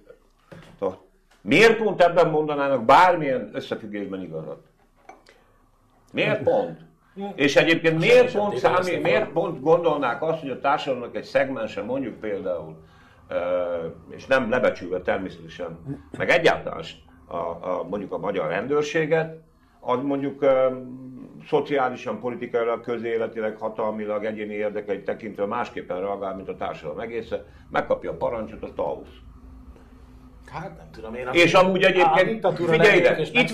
K: Miért pont ebben mondanának bármilyen összefüggésben igazat? Miért pont? És egyébként miért pont gondolnák azt, hogy a társadalomnak egy szegmense, mondjuk például, és nem lebecsülve természetesen, meg egyáltalán mondjuk a magyar rendőrséget, az mondjuk szociálisan, politikailag, közéletileg, hatalmilag, egyéni érdekeit tekintve másképpen reagál, mint a társadalom egészen, megkapja a parancsot, azt aludsz.
H: Hát nem tudom én.
K: És amúgy egyébként, figyelj ide, itt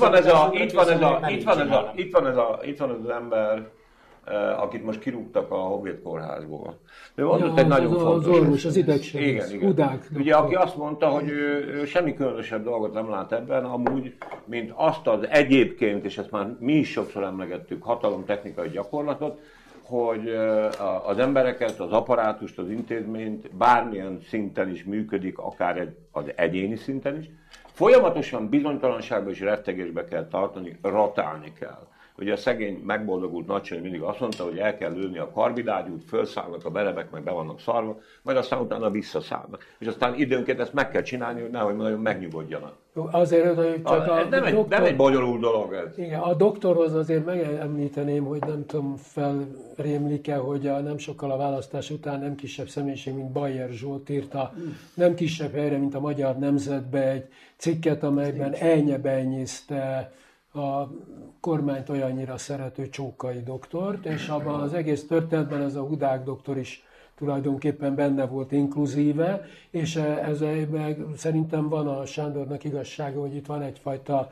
K: van ez az ember, akit most kirúgtak a Honvéd kórházból. Ő mondott egy nagyon fontos...
J: Az orvos, az idegsebész, Hudák.
K: Ugye, aki azt mondta, hogy ő semmi különösebb dolgot nem lát ebben, amúgy, mint azt az egyébként, és ezt már mi is sokszor emlegettük, hatalomtechnikai gyakorlatot, hogy az embereket, az apparátust, az intézményt bármilyen szinten is működik, akár az egyéni szinten is, folyamatosan bizonytalanságba és rettegésbe kell tartani, rotálni kell. Ugye a szegény, megboldogult nagysány mindig azt mondta, hogy el kell lőni a karbidágyút, felszállnak a belebek, meg be vannak szarva, majd aztán utána visszaszállnak. És aztán időnként ezt meg kell csinálni, hogy nehogy nagyon megnyugodjanak.
J: Azért, hogy csak
K: nem egy bonyolult dolog ez.
J: Igen, a doktorhoz azért megemlíteném, hogy nem tudom, felrémlik-e, hogy nem sokkal a választás után nem kisebb személyiség, mint Bayer Zsolt írta, nem kisebb helyre, mint a Magyar Nemzetbe egy cikket, amelyben elnyebenyészte a kormányt olyannyira szerető Csókai doktort, és abban az egész történetben ez a Hudák doktor is tulajdonképpen benne volt inkluzíve, és ezzel szerintem van a Sándornak igazsága, hogy itt van egyfajta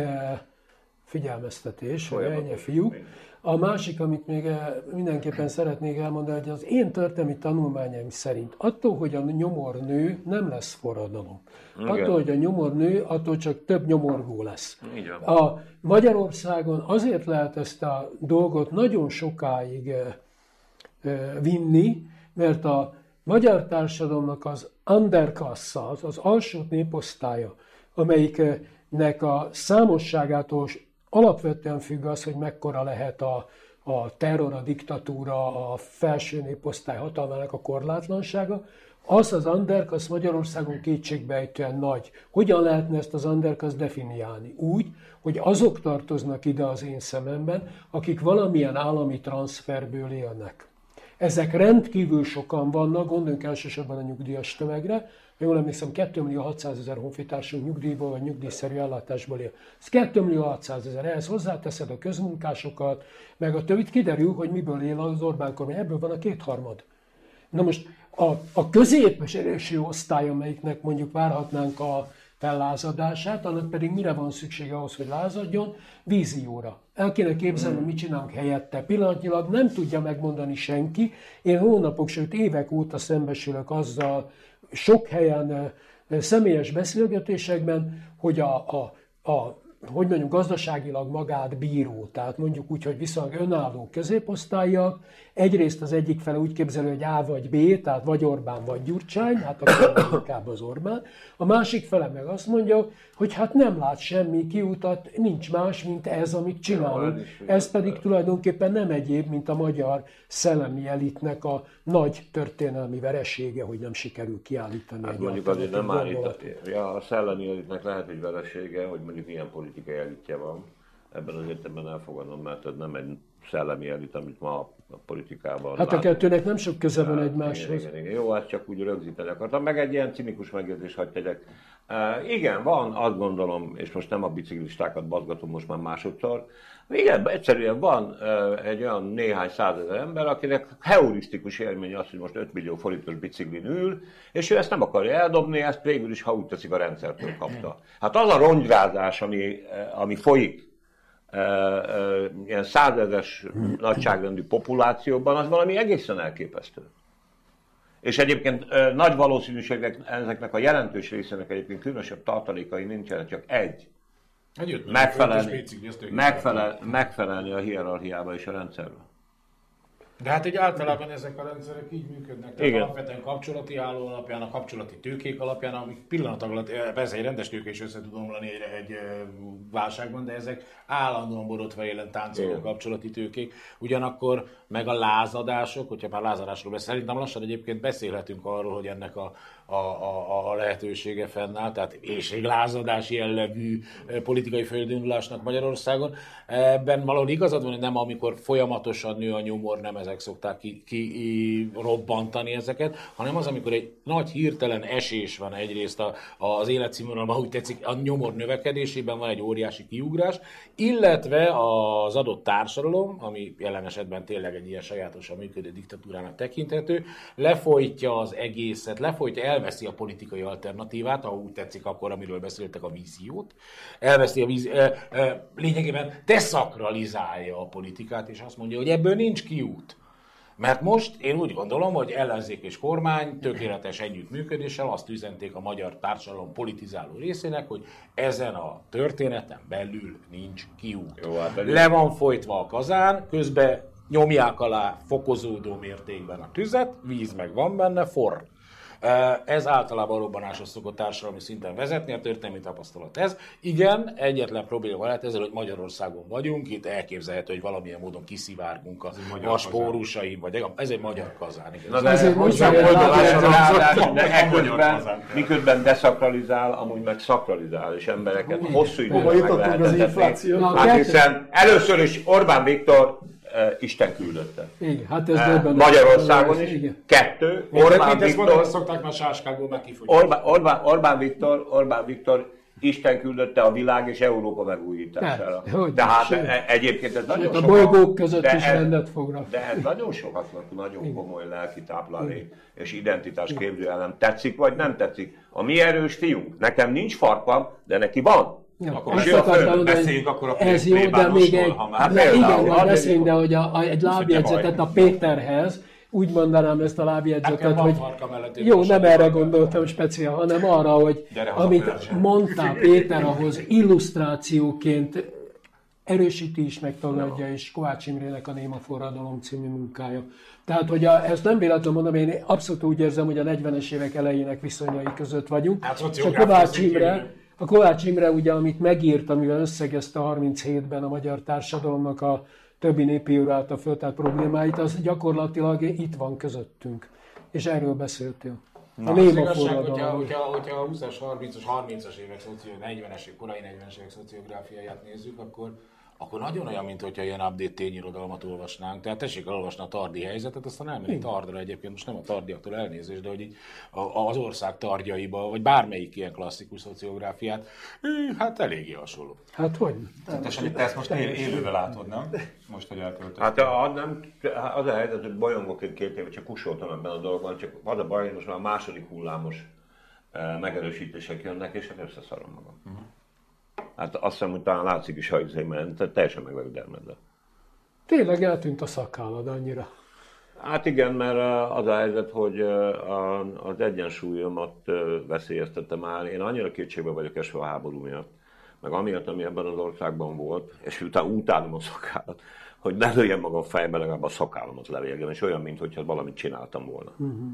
J: figyelmeztetés, hogy ennyi fiúk. A másik, amit még mindenképpen szeretnék elmondani, hogy az én történelmi tanulmányaim szerint attól, hogy a nyomor nő, nem lesz forradalom. Attól, hogy a nyomor nő, attól csak több nyomorgó lesz. A Magyarországon azért lehet ezt a dolgot nagyon sokáig vinni, mert a magyar társadalomnak az underklassza, az alsó néposztálya, amelyiknek a számosságától alapvetően függ az, hogy mekkora lehet a terror, a diktatúra, a felső néposztály hatalmának a korlátlansága, az underklass Magyarországon kétségbejtően nagy. Hogyan lehetne ezt az underklass definiálni? Úgy, hogy azok tartoznak ide az én szememben, akik valamilyen állami transzferből élnek. Ezek rendkívül sokan vannak, gondoljunk elsősorban a nyugdíjas tömegre, jól emlékszem, 2.600.000 honfitársunk nyugdíjból vagy nyugdíjszerű ellátásból él. Ez 2.600.000, ehhez hozzáteszed a közmunkásokat, meg a többit, kiderül, hogy miből él az Orbán kormány, ebből van a 2/3. Na most a középső osztály, amelyiknek mondjuk várhatnánk a fellázadását, annak pedig mire van szüksége ahhoz, hogy lázadjon? Vízióra. El kéne képzelni, mit csinálunk helyette. Pillanatnyilag nem tudja megmondani senki. Én hónapok, sőt évek óta szembesülök azzal sok helyen, személyes beszélgetésekben, hogy hogy mondjuk gazdaságilag magát bíró, tehát mondjuk úgy, hogy viszonylag önálló középosztályak, egyrészt az egyik fele úgy képzelő, hogy A vagy B, tehát vagy Orbán, vagy Gyurcsány, hát akkor inkább az Orbán. A másik fele meg azt mondja, hogy hát nem lát semmi kiutat, nincs más, mint ez, amit csinálunk. Ez pedig tulajdonképpen nem egyéb, mint a magyar szellemi elitnek a nagy történelmi veresége, hogy nem sikerül kiállítani
K: hát
J: egy
K: mondjuk azért nem állít. Ja, a szellemi elitnek lehet egy veresége, hogy mondjuk milyen politikai elitje van. Ebben az értelemben elfogadom, mert ez nem egy szellemi elit, amit ma a politikában
J: hát a kettőnek nem sok köze van egymáshoz.
K: Igen. Jó, hát csak úgy rögzíteni akartam. Meg egy ilyen cinikus megjegyzést hadd tegyek. Igen, van, azt gondolom, és most nem a biciklistákat bazgatom most már másodszor, igen, egyszerűen van egy olyan néhány százezer ember, akinek heurisztikus élmény az, hogy most 5 millió forintos biciklin ül, és ő ezt nem akarja eldobni, ezt végül is, ha úgy teszik, a rendszertől kapta. Hát az a rongyrázás, ami folyik, ilyen 100 000-es nagyságrendű populációban, az valami egészen elképesztő. És egyébként nagy valószínűségnek ezeknek a jelentős részének egyébként különösebb tartalékai nincsenek, csak egy. Megfelelni a hierarchiába és a rendszerbe.
H: De hát általában ezek a rendszerek így működnek. Tehát alapvetően kapcsolati álló alapján, a kapcsolati tőkék alapján, amik pillanatok alatt, persze egy rendes tőke is össze tud omlani egy válságban, de ezek állandóan borotva élen táncoló kapcsolati tőkék. Ugyanakkor meg a lázadások, hogyha már lázadásról beszélünk, szerintem lassan egyébként beszélhetünk arról, hogy ennek a lehetősége fennáll, tehát éhséglázadási jellegű politikai földindulásnak Magyarországon. Ebben valahol igazad van, hogy nem amikor folyamatosan nő a nyomor, nem ezek szokták robbantani ezeket, hanem az, amikor egy nagy hirtelen esés van egyrészt az életszínvonalban, úgy tetszik, a nyomor növekedésében van egy óriási kiugrás, illetve az adott társadalom, ami jelen esetben tényleg egy ilyen sajátosan működő diktatúrának tekinthető, lefolytja az egészet, elveszi a politikai alternatívát, ha úgy tetszik akkor, amiről beszéltek, a víziót, elveszi lényegében deszakralizálja a politikát, és azt mondja, hogy ebből nincs kiút. Mert most én úgy gondolom, hogy ellenzék és kormány tökéletes együttműködéssel azt üzenték a magyar társadalom politizáló részének, hogy ezen a történeten belül nincs kiút. Jó, hát le van folytva a kazán, közben nyomják alá fokozódó mértékben a tüzet, víz meg van benne, forr. Ez általában robbanáshoz szokott társadalmi szinten vezetni, a történelmi tapasztalat ez. Igen, egyetlen probléma lehet ezzel, hogy Magyarországon vagyunk, itt elképzelhető, hogy valamilyen módon kiszivárgunk a vaspórusaim, vagy ez egy magyar kazán.
K: Miközben deszakralizál, amúgy meg szakralizál, és embereket hosszú időre meg lehetetleníteni. Hát hiszen először is Orbán Viktor Isten küldötte.
J: Igen, hát ez
K: Magyarországon is. Igen. 2. Orbán Viktor Isten küldötte a világ és Európa megújítására. Tehát egyébként ez nagyon
J: sokat. A bolygók között is rendet fogra.
K: De ez nagyon sokaknak nagyon komoly lelki táplálék és identitásképző elem. Tetszik vagy nem tetszik? A mi erős fiunk. Nekem nincs farkam, de neki van.
J: Ja, akkor beszéljünk akkor a plébánosról, ha már... Igen, beszéljünk, de hogy egy lábjegyzetet a Péterhez, úgy mondanám ezt a lábjegyzetet, hogy jó, nem erre gondoltam speciál, hanem arra, hogy amit mondtál Péter, ahhoz illusztrációként erősíti is, megtagadja, és Kovács Imrének a Néma forradalom című munkája. Tehát, hogy ezt nem véletlenül mondom, én abszolút úgy érzem, hogy a 40-es évek elejének viszonyai között vagyunk. És a Kovács Imre, ugye, amit megírt, amivel összegezte 37-ben a magyar társadalomnak a többi népi úr által föltárt problémáit, az gyakorlatilag itt van közöttünk. És erről beszéltél.
H: A Néma forradalom. Hogyha a 20-as, 30-as évek 40-es, korai 40-es évek szociográfiáját nézzük, akkor akkor nagyon olyan, mint hogyha ilyen update tényirodalmat olvasnánk. Tehát tessék elolvasni a tardi helyzetet, aztán elmenni Tardra egyébként, most nem a tardiaktól elnézést, de hogy így az ország tardjaiba, vagy bármelyik ilyen klasszikus szociográfiát, hát eléggé hasonló.
J: Hát hogy?
B: Tehát te ezt most élőben látod, nem? Most, hogy elköltöztél.
K: Hát az a helyzet, hogy bolyongok 2 éve, csak kusoltam ebben a dolgban, csak az a baj, hogy most már a második hullámos megerősítések jönnek, és hát összeszarom magam. Hát azt hiszem, hogy talán látszik is, hogy mert teljesen meg vagyok dermedve.
J: Tényleg eltűnt a szakállad annyira.
K: Hát igen, mert az a helyzet, hogy az egyensúlyomat veszélyeztettem el. Én annyira kétségbe vagyok esve a háború miatt, meg amiatt, ami ebben az országban volt, és utána utálom a szakállat, hogy ne lőjem magam fejbe, legalább a szakállamat levélgem, és olyan, mintha valamit csináltam volna.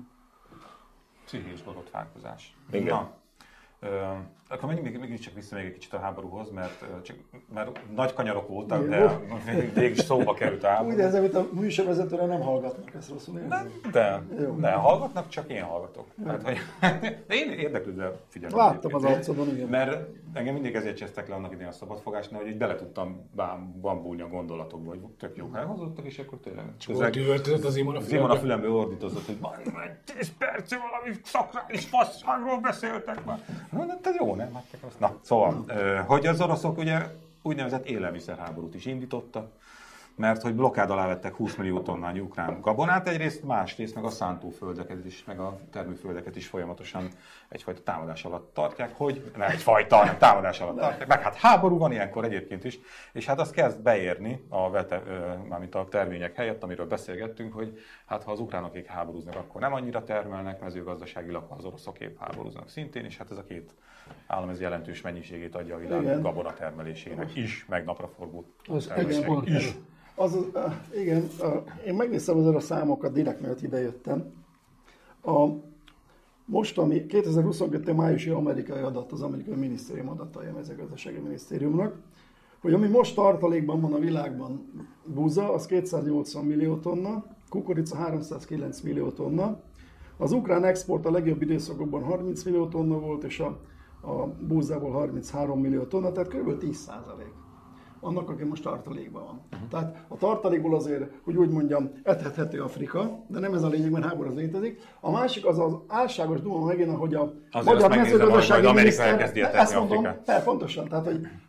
B: Pszichés borotválkozás.
K: Igen.
B: Na, akkor menjünk csak vissza még egy kicsit a háborúhoz, mert nagy kanyarok voltak, de végig szóba került a háború.
I: Úgy érzem, hogy a műsorvezetőre nem hallgatnak, ezt rosszul érzem.
B: De hallgatnak, csak én hallgatok. Hát, de én érdeklődve figyelem.
I: Láttam az arcodon, igen.
B: Mert engem mindig ezért csesztek le annak idején a szabadfogásnál, hogy így bele tudtam bambulni a gondolatokba, hogy tök jók elhozottak, és akkor tényleg...
H: Csak üvöltözött az Imon
B: a fülembe ordítozott, hogy majd 10 perc, valami szakrális fasságról beszéltek már. Tehát jó, nem? Na, szóval, hogy az oroszok ugye úgynevezett élelmiszerháborút is indítottak, mert hogy blokkád alá vettek 20 millió tonnányi ukrán gabonát egyrészt, másrészt meg a szántóföldeket is, meg a termőföldeket is folyamatosan egyfajta támadás alatt tartják, hogy nem egyfajta, hanem támadás alatt tartják, meg hát háború van ilyenkor egyébként is, és hát az kezd beérni mármint a termények helyett, amiről beszélgettünk, hogy hát ha az ukránokék háborúznak, akkor nem annyira termelnek, mezőgazdaságilag az oroszoképp háborúznak szintén, és hát ez a két állam ez jelentős mennyiségét adja a világ gabonatermelésének is, meg napraforgó termelésének is.
I: Igen, én megnéztem azért a számokat, direkt mielőtt idejöttem. Most, ami 2022. májusi amerikai adat, az amerikai minisztérium adatai, a mezőgazdasági minisztériumnak, hogy ami most tartalékban van a világban búza, az 280 millió tonna, kukorica 309 millió tonna, az ukrán export a legjobb időszakokban 30 millió tonna volt, és a búzából 33 millió tonna, tehát kb. 10%. Annak, aki most tartalékban van. Tehát a tartalékból azért, hogy úgy mondjam, ethethető Afrika, de nem ez a lényeg, mert háború az létezik. A másik az az álságos duma megint, hogy a magyar mezőgazdasági miniszter... Ezt mondom, pontosan, tehát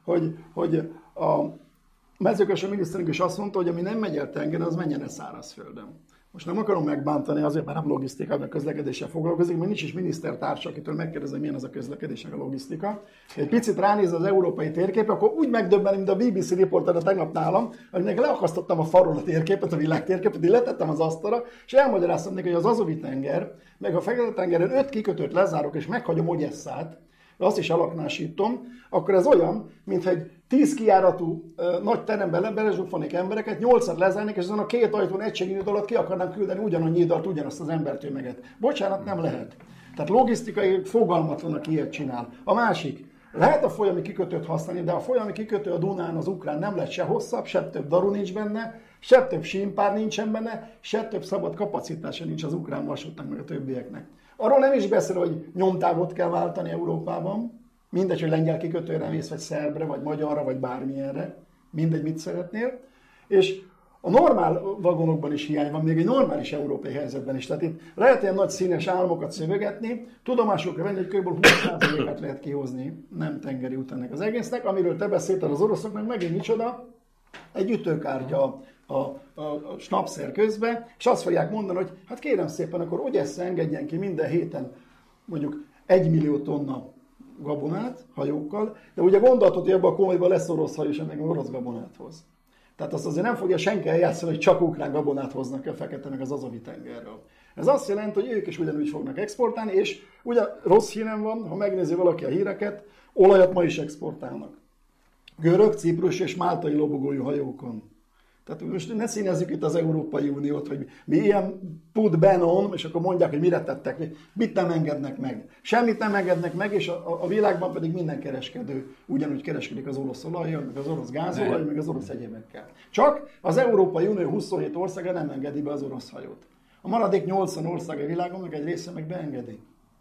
I: hogy a mezőgazdasági miniszterünk is azt mondta, hogy ami nem megy el tengeren, az menjen el szárazföldön. Most nem akarom megbántani azért, mert nem logisztikával, közlekedéssel foglalkozik, mert nincs is minisztertárs, akitől megkérdezem, milyen az a közlekedésnek a logisztika. Egy picit ránéz az európai térkép, akkor úgy megdöbbenim, mint a BBC riporter tegnap nálam, hogy leakasztottam a falról a térképet, a világtérképet, így letettem az asztalra, és elmagyaráztam neki, hogy az Azovi-tenger, meg a Fekete-tengeren 5 kikötőt lezárok, és meghagyom Ogyesszát, azt is alaknásítom, akkor ez olyan, mintha egy 10 kijáratú nagy teremben belezsúfanék embereket, 8-at lezárnék, és azon a 2 ajtón egységnyi idő alatt ki akarnám küldeni ugyanannyi idő alatt ugyanazt az embertömeget. Bocsánat, nem lehet. Tehát logisztikai fogalmatlan, aki ilyet csinál. A másik, lehet a folyami kikötőt használni, de a folyami kikötő a Dunán, az ukrán nem lett se hosszabb, se több daru nincs benne, se több sínpár nincsen benne, se több szabad kapacitása nincs az ukrán vasútnak, meg a többieknek. Arról nem is beszél, hogy nyomtávot kell váltani Európában, mindegy, hogy lengyel kikötőre mész, vagy szerbre, vagy magyarra, vagy bármilyenre, mindegy, mit szeretnél. És a normál vagonokban is hiány van, még egy normális európai helyzetben is. Tehát itt lehet ilyen nagy színes álmokat szövegetni, tudomásul kell venni, hogy kb. 20%-át lehet kihozni nem tengeri utának az egésznek, amiről te beszéltél az oroszoknak, megint micsoda, egy ütőkártya a snapszer közben, és azt fogják mondani, hogy hát kérem szépen, akkor Ogyessa engedjen ki minden héten mondjuk 1 millió tonna gabonát hajókkal, de ugye gondolhatod, hogy ebben a komolyban lesz orosz hajó, és meg orosz gabonát hoz. Tehát azt azért nem fogja senki eljátszani, hogy csak ukrán gabonát hoznak a Fekete meg az Azovi tengerről. Ez azt jelenti, hogy ők is ugyanúgy fognak exportálni, és ugye rossz hírem van, ha megnézi valaki a híreket, olajat ma is exportálnak. Görög, ciprus és máltai lobogójú hajókon. Tehát most ne színezzük itt az Európai Uniót, hogy mi ilyen put ban on, és akkor mondják, hogy mire tettek, mit nem engednek meg. Semmit nem engednek meg, és a világban pedig minden kereskedő ugyanúgy kereskedik az orosz olajjal, meg az orosz gázolaj, meg az orosz egyébekkel. Csak az Európai Unió 27 országa nem engedi be az orosz hajót. A maradék 80 ország a világon, meg egy része meg beengedi.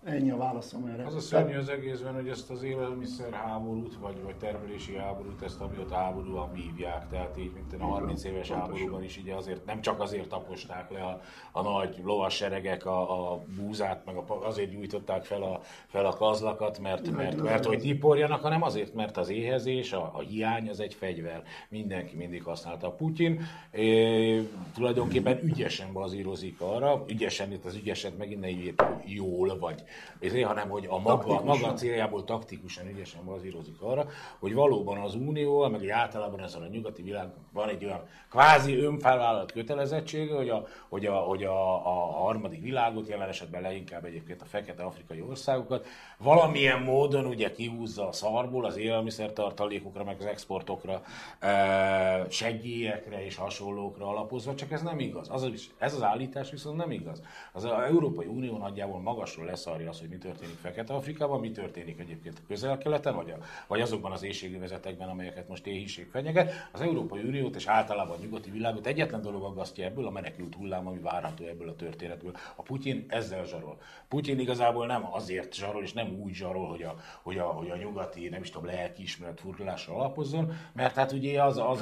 I: Ennyi a válaszom erre.
H: Az a szörnyű az egészben, hogy ezt az élelmiszer háborút, vagy termelési háborút, ezt amióta háborúan vívják, tehát így, mint a 30 éves háborúban is ugye azért, nem csak azért taposták le a nagy lovas seregek a búzát, meg azért gyújtották fel a kazlakat, mert hogy tiporjanak, hanem azért, mert az éhezés, a hiány az egy fegyver. Mindenki mindig használta. A Putyin tulajdonképpen ügyesen bazírozik arra, ügyesen, itt az ügyeset megint ne így jól vagy, hanem hogy a maga céljából taktikusan ügyesen bazírozik arra, hogy valóban az Unió, meg általában ezen a nyugati világban van egy olyan kvázi önfelvállalt kötelezettsége, hogy a harmadik világot, jelen esetben leginkább egyébként a fekete afrikai országokat valamilyen módon ugye kihúzza a szarból az élelmiszertartalékokra, meg az exportokra, segélyekre és hasonlókra alapozva, csak ez nem igaz. Ez az állítás viszont nem igaz. Az Európai Unió nagyjából magasról leszarja azt, hogy mi történik Fekete-Afrikában, mi történik egyébként a Közel-Keleten, vagy azokban az éhségövezetekben, amelyeket most éhínség fenyeget. Az Európai Uniót és általában a nyugati világot egyetlen dolog aggasztja ebből, a menekült hullám, ami várható ebből a történetből. A Putyin ezzel zsarol. Putyin igazából nem azért zsarol, és nem úgy zsarol, hogy a nyugati, nem is tudom, lelkiismeret furdalással alapozzon, mert hát ugye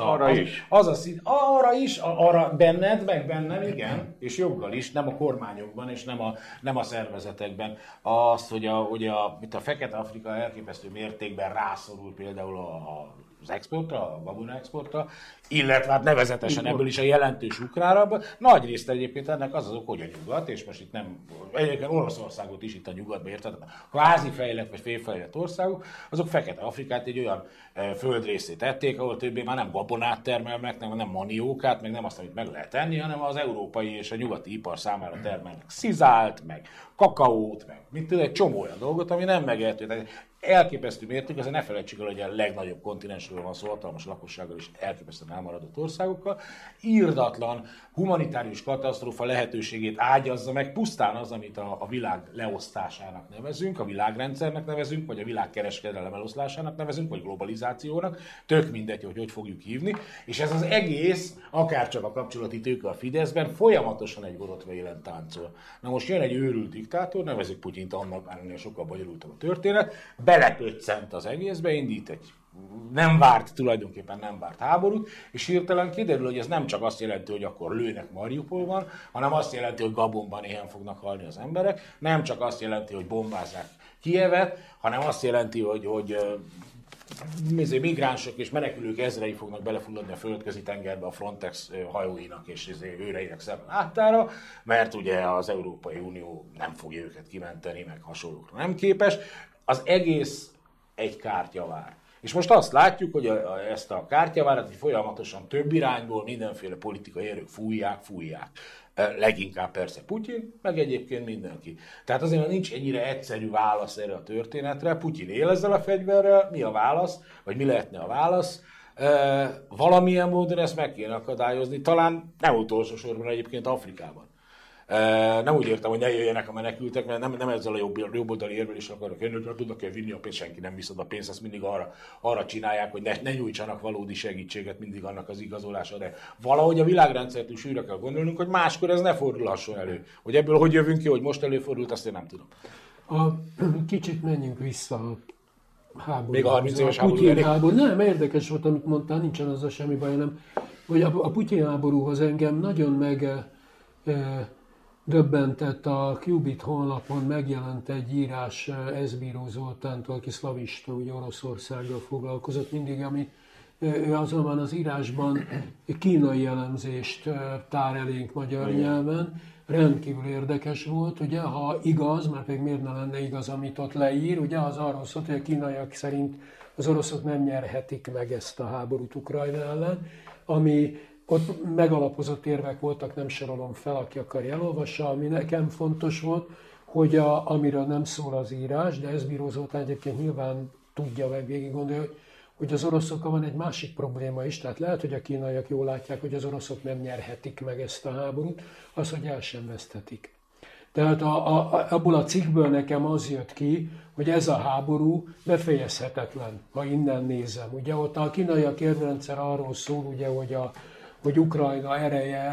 H: arra benned, meg bennem, igen, és joggal is, nem a kormányokban, és nem a szervezetekben. Az, hogy a Fekete-Afrika elképesztő mértékben rászorul például az exportra, a babona exportra, illetve hát nevezetesen ebből is a jelentős ukránabban. Nagy részt egyébként ennek az ok, hogy a nyugat, és most itt nem, egyébként Oroszországot is itt a nyugatban érted, a kvázi fejlett vagy félfejlett országok, azok Fekete-Afrikát egy olyan földrészét tették, ahol többé már nem gabonát termelnek, nem maniókát, meg nem azt, amit meg lehet enni, hanem az európai és a nyugati ipar számára termelnek szizált, meg kakaót, meg egy csomó olyan dolgot, ami nem megehető. Elképesztő mérték, azért ne felejtsük el, hogy a legnagyobb kontinensről van szó, hatalmas lakossággal és elképesztően elmaradott országokkal. Irdatlan humanitárius katasztrófa lehetőségét ágyazza meg pusztán az, amit a világ leosztásának nevezünk, a világrendszernek nevezünk, vagy a világkereskedelem eloszlásának nevezünk, vagy globalizációnak. Tök mindegy, hogy fogjuk hívni. És ez az egész, akárcsak a kapcsolati tőke a Fideszben, folyamatosan egy borotva élen táncol. Na most jön egy őrült diktátor, nevezzük Putyint annak, már ennél sokkal bonyolultabb a történet, belepöccent az egészbe, indít egy tulajdonképpen nem várt háborút, és hirtelen kiderül, hogy ez nem csak azt jelenti, hogy akkor lőnek Mariupolban, hanem azt jelenti, hogy Gabonban éhen fognak halni az emberek, nem csak azt jelenti, hogy bombázzák Kijevet, hanem azt jelenti, hogy migránsok és menekülők ezrei fognak belefulladni a földközi tengerbe a Frontex hajóinak és őreinek szemben áttára, mert ugye az Európai Unió nem fogja őket kimenteni, meg hasonlókra nem képes. Az egész egy kártyavár. És most azt látjuk, hogy ezt a kártyavárat folyamatosan több irányból mindenféle politikai erők fújják. Leginkább persze Putyin, meg egyébként mindenki. Tehát azért nincs ennyire egyszerű válasz erre a történetre. Putyin él ezzel a fegyverrel, mi a válasz, vagy mi lehetne a válasz? Valamilyen módon ezt meg kéne akadályozni, talán nem utolsó sorban egyébként Afrikában. Nem úgy értem, hogy ne jöjjenek a menekültek, mert nem ezzel a jobboldali érvelésre akarok jönni, hogy tudnak kell vinni a pénzt, senki nem visz oda a pénzt, ezt mindig arra csinálják, hogy ne nyújtsanak valódi segítséget mindig annak az igazolása, de valahogy a világrendszert is újra kell gondolnunk, hogy máskor ez ne fordulhasson elő. Hogy ebből hogy jövünk ki, hogy most előfordult, azt én nem tudom.
J: Kicsit menjünk vissza a háború.
H: Még a 30 éves
J: háború. Nem, érdekes volt, amit mondtál, nincsen azzal semmi baj, nem. Hogy a Putyin háborúhoz engem nagyon döbbentett, a Qubit honlapon megjelent egy írás Eszbíró Zoltántól, aki szlavista, ugye Oroszországgal foglalkozott mindig, ami ő azonban az írásban kínai elemzést tár elénk magyar nyelven, rendkívül érdekes volt, ugye, ha igaz, mert még miért ne lenne igaz, amit ott leír, ugye az arról szólt, hogy a kínaiak szerint az oroszok nem nyerhetik meg ezt a háborút Ukrajna ellen, ami ott megalapozott érvek voltak, nem sorolom fel, aki akarja elolvassa, ami nekem fontos volt, hogy amiről nem szól az írás, de Eszbíró Zoltán egyébként nyilván tudja meg végig gondolni, hogy az oroszokkal van egy másik probléma is, tehát lehet, hogy a kínaiak jól látják, hogy az oroszok nem nyerhetik meg ezt a háborút, az, hogy el sem veszthetik. Tehát abból a cikkből nekem az jött ki, hogy ez a háború befejezhetetlen, ha innen nézem. Ugye ott a kínaiak érvrendszer arról szól, ugye, hogy Ukrajna ereje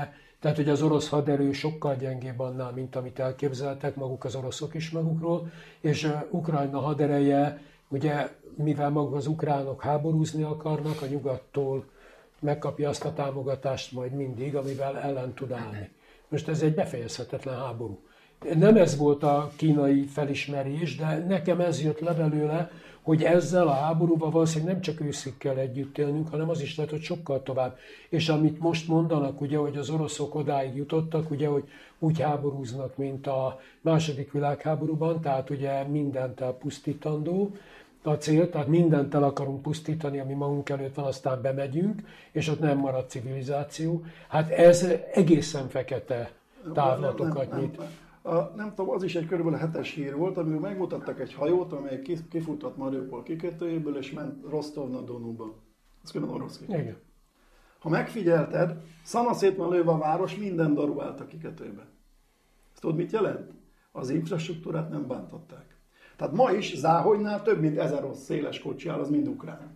J: Tehát, hogy az orosz haderő sokkal gyengébb annál, mint amit elképzeltek maguk az oroszok is magukról, és Ukrajna hadereje, ugye, mivel maguk az ukránok háborúzni akarnak, a nyugattól megkapja azt a támogatást majd mindig, amivel ellen tud állni. Most ez egy befejezhetetlen háború. Nem ez volt a kínai felismerés, de nekem ez jött le belőle, hogy ezzel a háborúval valószínűleg nem csak őszig kell együtt élnünk, hanem az is lehet, hogy sokkal tovább. És amit most mondanak, ugye, hogy az oroszok odáig jutottak, ugye, hogy úgy háborúznak, mint a második világháborúban, tehát ugye mindent elpusztítandó a cél, tehát mindent el akarunk pusztítani, ami magunk előtt van, aztán bemegyünk, és ott nem marad civilizáció. Hát ez egészen fekete távlatokat nyit.
I: Nem tudom, az is egy körülbelül 7-es hír volt, amiről megmutattak egy hajót, amely kifutott Mariupol kikötőjéből, és ment Rostov-na-Donuba. Ez külön orosz kikötő.
J: Igen.
I: Ha megfigyelted, szanaszét van lőve a város, minden daru állt a kikötőbe. Ezt tudod, mit jelent? Az infrastruktúrát nem bántották. Tehát ma is Záhonynál több mint 1000 rossz széles kocsi áll, az mind ukrán.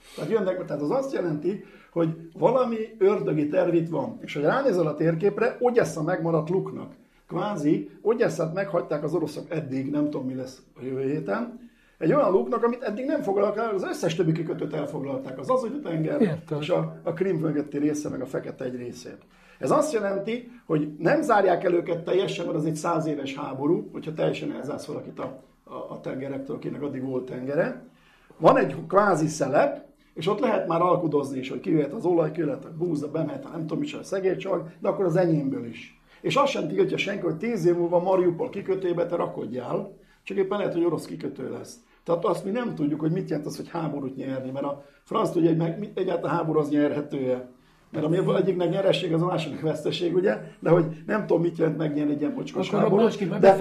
I: Tehát az azt jelenti, hogy valami ördögi terv itt van, és hogy ránézel a térképre, Ogyessa megmaradt Luknak. Kvázi, Ogyesszát meghagyták az oroszok eddig, nem tudom mi lesz a jövő héten, egy olyan Luknak, amit eddig nem foglaltak el, az összes többi kikötőt elfoglalták, az Azov-tenger és a Krim mögötti része, meg a Fekete egy részét. Ez azt jelenti, hogy nem zárják el őket teljesen, mert az egy 100 éves háború, hogyha teljesen elzársz valakit a tengerektől, akinek addig volt tengere. Van egy kvázi szelep, és ott lehet már alkudozni is, hogy kijöhet az olaj, kijöhet a búza, bemehet a nem tudom is a szegélycsag, de akkor az enyémből is. És azt sem tiltja senki, hogy 10 év múlva Mariupol kikötőjébe te rakodjál, csak éppen lehet, hogy orosz kikötő lesz. Tehát azt mi nem tudjuk, hogy mit jelent az, hogy háborút nyerni, mert a franc tudja, hogy egyáltalán háború az nyerhető-e. Mert ami egyiknek nyereség, az a második veszteség, ugye? De hogy nem tudom, mit jelent megnyerni egy ilyen mocskos háborút. De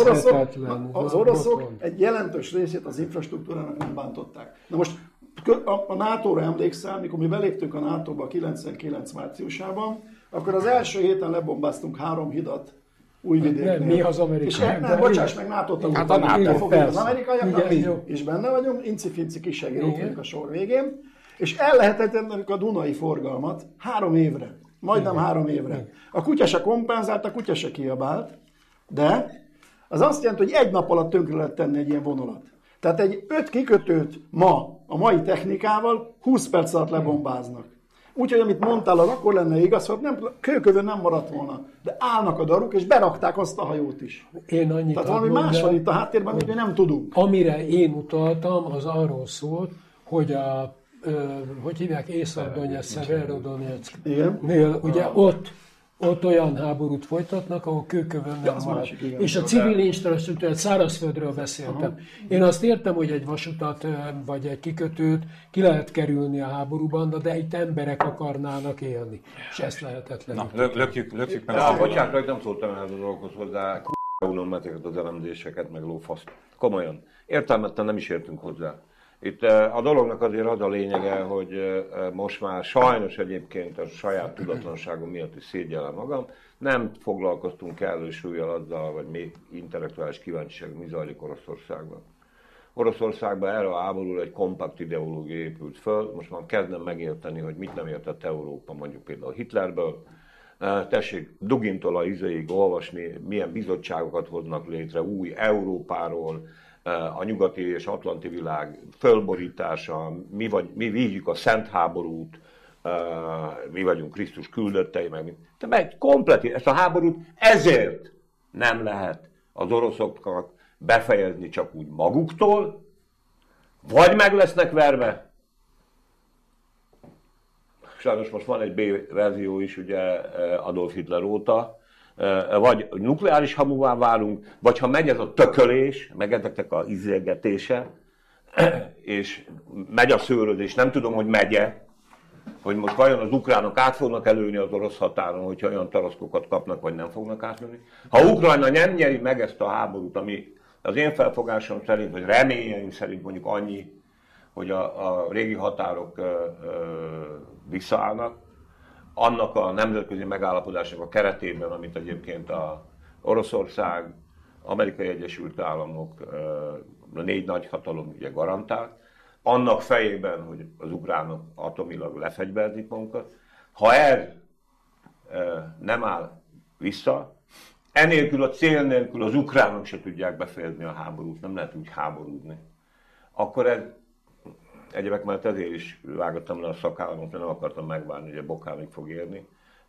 I: az oroszok egy jelentős részét az infrastruktúrának nem bántották. Na most a NATO-ra emlékszel, mikor mi beléptünk a NATO-ba 99 márciusában, akkor az első héten lebombáztunk 3 hidat Újvidéknél.
J: Nem, mi az amerikai.
I: Nem, bocsáss meg, NATO tagok.
F: Hát a NATO,
I: az amerikaiak, mi is benne vagyunk, incifinci kisegérők a sor végén, és el lehetetlenedik a Dunai forgalmat 3 évre, majdnem 3 évre. A kutya se kompenzált, a kutya se kiabált, de az azt jelenti, hogy egy nap alatt tönkre lehet tenni egy ilyen vonalat. Tehát egy 5 kikötőt ma, a mai technikával 20 perc alatt lebombáznak. Úgyhogy amit mondtál, az akkor lenne igaz, hogy kőkövön nem maradt volna. De állnak a daruk, és berakták azt a hajót is. Tehát valami más van itt a háttérben, amit mi nem tudunk.
J: Amire én utaltam, az arról szólt, hogy hogy hívják, Észak-Donetsz, Szeverodonetsznél, ugye ott olyan háborút folytatnak, ahol kőkövön nem marad. És a civil infrastruktúrát, szárazföldről beszéltem. Én azt értem, hogy egy vasutat vagy egy kikötőt ki lehet kerülni a háborúban, de itt emberek akarnának élni. És ezt lehetetlen.
B: Na, lökjük meg.
K: Bocsánat, hogy nem szóltam el a dolgokhoz hozzá. Unom ezeket az elemzéseket, meg lófaszt. Komolyan. Értelmetlen nem is értünk hozzá. Itt a dolognak azért az a lényege, hogy most már sajnos egyébként a saját tudatlanságom miatt is szégyellem magam, nem foglalkoztunk kellő súllyal azzal, vagy még intellektuális kíváncsiság, mi zajlik Oroszországban. Oroszországban erre a háborúra egy kompakt ideológia épült föl, most már kezdem megérteni, hogy mit nem értett Európa, mondjuk például Hitlerből. Tessék Dugintól a izéig olvasni, milyen bizottságokat hoznak létre új Európáról, a nyugati és atlanti világ fölborítása, mi vívjuk a Szent Háborút, mi vagyunk Krisztus küldöttei, meg komplet, ezt a háborút ezért nem lehet az oroszoknak befejezni csak úgy maguktól, vagy meg lesznek verve. Sajnos most van egy B-verzió is, ugye Adolf Hitler óta, vagy nukleáris hamuvá válunk, vagy ha megy ez a tökölés, meg ezeknek a izélgetése, és megy a szőrözés, nem tudom, hogy megye, hogy most vajon az ukránok át fognak előni az orosz határon, hogyha olyan taraszkokat kapnak, vagy nem fognak átjönni. Ha Ukrajna nem nyeri meg ezt a háborút, ami az én felfogásom szerint, vagy reményeim szerint mondjuk annyi, hogy a régi határok visszaállnak, annak a nemzetközi megállapodásnak a keretében, amit egyébként a Oroszország, Amerikai Egyesült Államok, a 4 nagyhatalom ugye garantál, annak fejében, hogy az ukránok atomilag lefegyverzik magukat. Ha ez nem áll vissza, enélkül a cél nélkül az ukránok se tudják befejezni a háborút, nem lehet úgy háborúzni. Akkor ez, egyébként mert ezért is vágattam le a szakállamat, mert nem akartam megvárni, hogy a bokámig fog érni.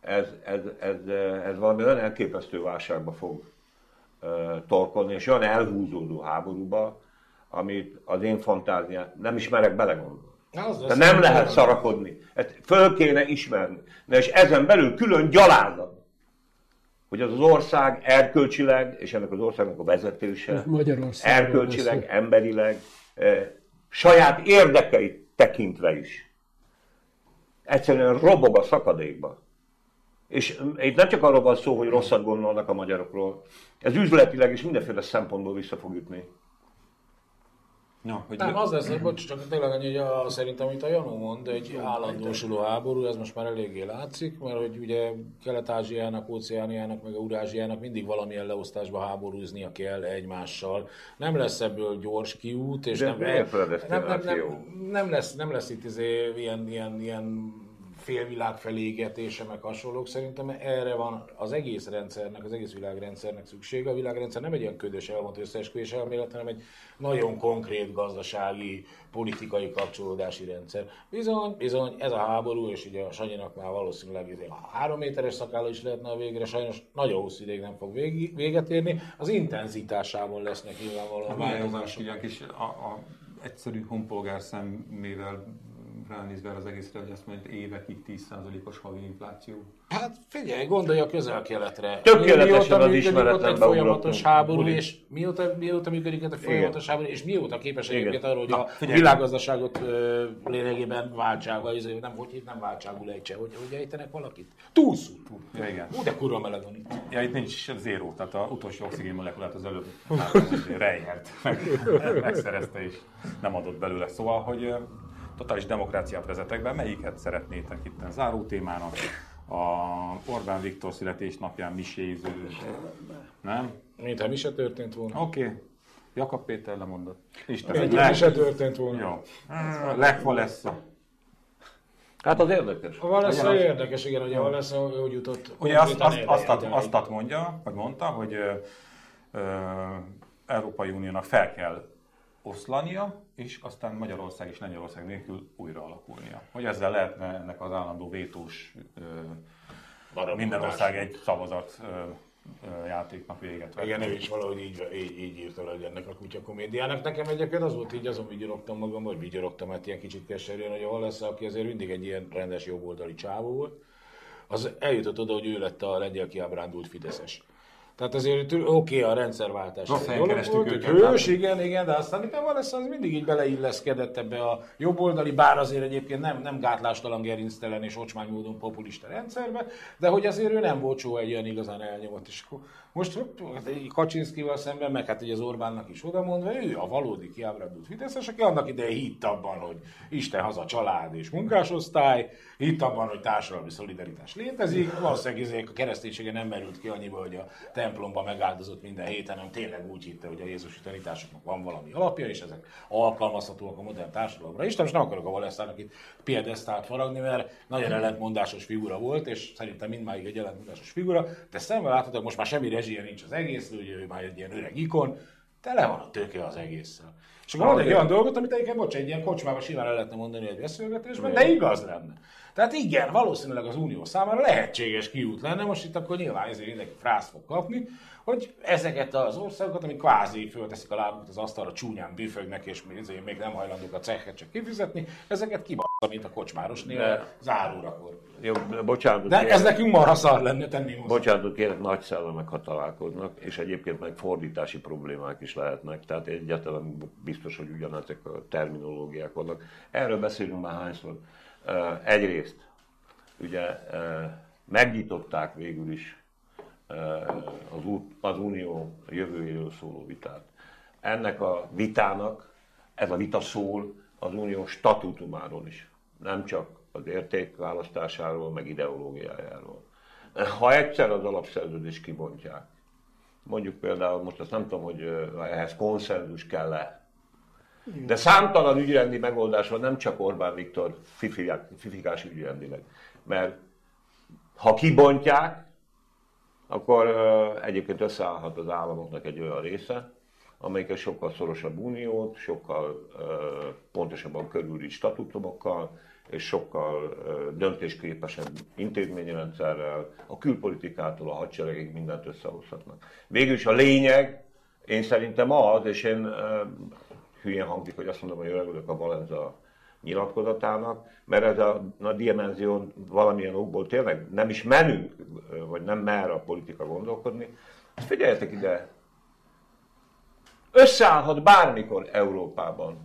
K: Ez valami olyan elképesztő válságba fog torkolni, és olyan elhúzódó háborúba, amit az én fantáziám nem is merek belegondolni. De nem lehet szarakodni. Ezt föl kéne ismerni. És ezen belül külön gyalázat, hogy az ország erkölcsileg, és ennek az országnak a vezetése, erkölcsileg, emberileg, saját érdekeit tekintve is egyszerűen robog a szakadékba. És itt nem csak arról van szó, hogy rosszat gondolnak a magyarokról, ez üzletileg is mindenféle szempontból vissza fog ütni.
H: Ja, nem, az lesz, bocs, csak tényleg annyi, hogy szerintem, amit a Janó mond, egy állandósuló háború, ez most már eléggé látszik, mert hogy ugye Kelet-Ázsiának, Óceániának, meg Eurázsiának mindig valamilyen leosztásban háborúznia kell egymással. Nem lesz ebből gyors kiút, és nem lesz itt ilyen félvilág felégetése, meg hasonlók. Szerintem erre van az egész rendszernek, az egész világrendszernek szüksége. A világrendszer nem egy ilyen ködös elmondott összeesküvés elmélet, hanem egy nagyon konkrét gazdasági, politikai kapcsolódási rendszer. Bizony, ez a háború, és ugye a Sanyinak már valószínűleg 3 méteres szakálla is lehetne a végre, sajnos nagyon hosszú ideig nem fog véget érni. Az intenzitásában lesznek nyilvánvalóan változások.
B: Ugye kis egyszerű honpolgár szemével ránézve az egészre, hogy azt mondja, hogy évekig 10%-os havi infláció.
H: Hát figyelj, gondolj a Közel-Keletre.
K: Tökéletesen az ismeretlenbe
H: folyamatos háború, és mióta működik egy folyamatos háború, és mióta képes egyébként arról, hogy a világgazdaságot lényegében váltságba, nem váltságul ejtse, hogy ejtenek valakit. Túlszul.
B: Ja, igen.
H: De kurva meleg van itt.
B: Ja, itt nincs zéró, tehát az utolsó oxigénmolekulát az előbb Reinhardt megszerezte és nem adott belőle. Szóval, hogy totális demokráciát vezetek be, melyiket szeretnétek itt záró témának? A Orbán Viktor születésnapján miséző, nem?
H: Mintha mi se történt volna.
B: Oké. Jakab Péter lemondott.
H: Mi se történt volna.
B: Jó. Lech Walesa.
K: Hát az érdekes.
H: A Walesa érdekes, igen, hogy a Walesa hogy jutott.
B: Ugye azt mondta, hogy Európai Uniónak fel kell oszlania, és aztán Magyarország és Lengyelország nélkül újra alakulnia. Hogy ezzel lehetne ennek az állandó vétós minden ország egy szavazat játéknak véget vetni.
H: Igen, ő is valahogy így írta le ennek a kutyakomédiának. Nekem egyébként az volt így, azon vigyorogtam magam, vagy vigyorogtam, hát ilyen kicsit keserűen, hogy a Walesa, aki azért mindig egy ilyen rendes jobboldali csávó volt, az eljutott oda, hogy ő lett a lengyel kiábrándult fideszes. Tehát azért oké, a rendszerváltás.
B: Rossz helyen kerestük őket.
H: Hős, igen, de aztán itt Walesa az mindig így beleilleszkedett ebbe a jobboldali, bár azért egyébként nem gátlástalan, gerinctelen és ocsmány módon populista rendszerbe, de hogy azért ő nem volt soha egy olyan igazán elnyomott. És most Kaczynszkival szemben, meg hát ugye az Orbánnak is odamondva, ő a valódi kiábrándult fideszes, aki annak idején hitt abban, hogy Isten haza, család és munkásosztály, hitt abban, hogy társadalmi szolidaritás létezik, valószínűleg a kereszténysége nem merült ki annyiba, hogy a templomban megáldozott minden héten, hanem tényleg úgy hitte, hogy a jézusi tanításoknak van valami alapja, és ezek alkalmazhatóak a modern társadalomra is. Most nem akarok a Walesának itt piedesztált faragni, mert nagyon ellentmondásos figura volt, és szerintem mindmáig egy ellentmondásos figura, de szemben láthatóan most már semmi rezsie nincs az egészről, ugye ő már egy ilyen öreg ikon, tele van a tőke az egésszel. És akkor van egy olyan dolgot, amit egyébként, egy ilyen kocsmában simán el lehetne mondani egy beszélgetésben, de igaz lenne. Tehát igen, valószínűleg az Unió számára lehetséges kiút lenne, most itt akkor nyilván ezért mindenki frászt fog kapni, hogy ezeket az országokat, amik kvázi fölteszik a lábukat az asztalra, csúnyán büfögnek, és még nem hajlandók a cechet csak kifizetni, ezeket kibaszta, mint a kocsmárosnél zárórakor.
K: Jó, bocsánat.
H: De ez nekünk marha szar lenne, tenném hozzá.
K: Bocsánatot kérek, nagy szellemek, ha találkoznak, és egyébként meg fordítási problémák is lehetnek, tehát egyáltalán biztos, hogy ugyanezek a terminológiák vannak. Erről beszélünk már hányszor. Egyrészt, ugye megnyitották végül is az Unió jövőjéről szóló vitát. Ennek a vitának, ez a vita szól az Unió statútumáról is, nem csak az értékválasztásáról, meg ideológiájáról. Ha egyszer az alapszerződést kibontják, mondjuk például, most azt nem tudom, hogy ehhez konszenzus kell-e, de számtalan ügyrendi megoldás van, nem csak Orbán Viktor fifikás ügyrendileg, mert Ha kibontják, akkor egyébként összeállhat az államoknak egy olyan része, amelyik egy sokkal szorosabb uniót, sokkal pontosabban körülírt statutumokkal, és sokkal döntésképesebb intézményrendszerrel, a külpolitikától a hadseregig mindent összehozhatnak. Végülis a lényeg, én szerintem az, és én hülyén hangzik, hogy azt mondom, hogy örülök a Valenza nyilatkozatának, mert ez a dimenzió valamilyen okból tényleg nem is menünk, vagy nem mer a politika gondolkodni. Figyeljetek ide, összeállhat bármikor Európában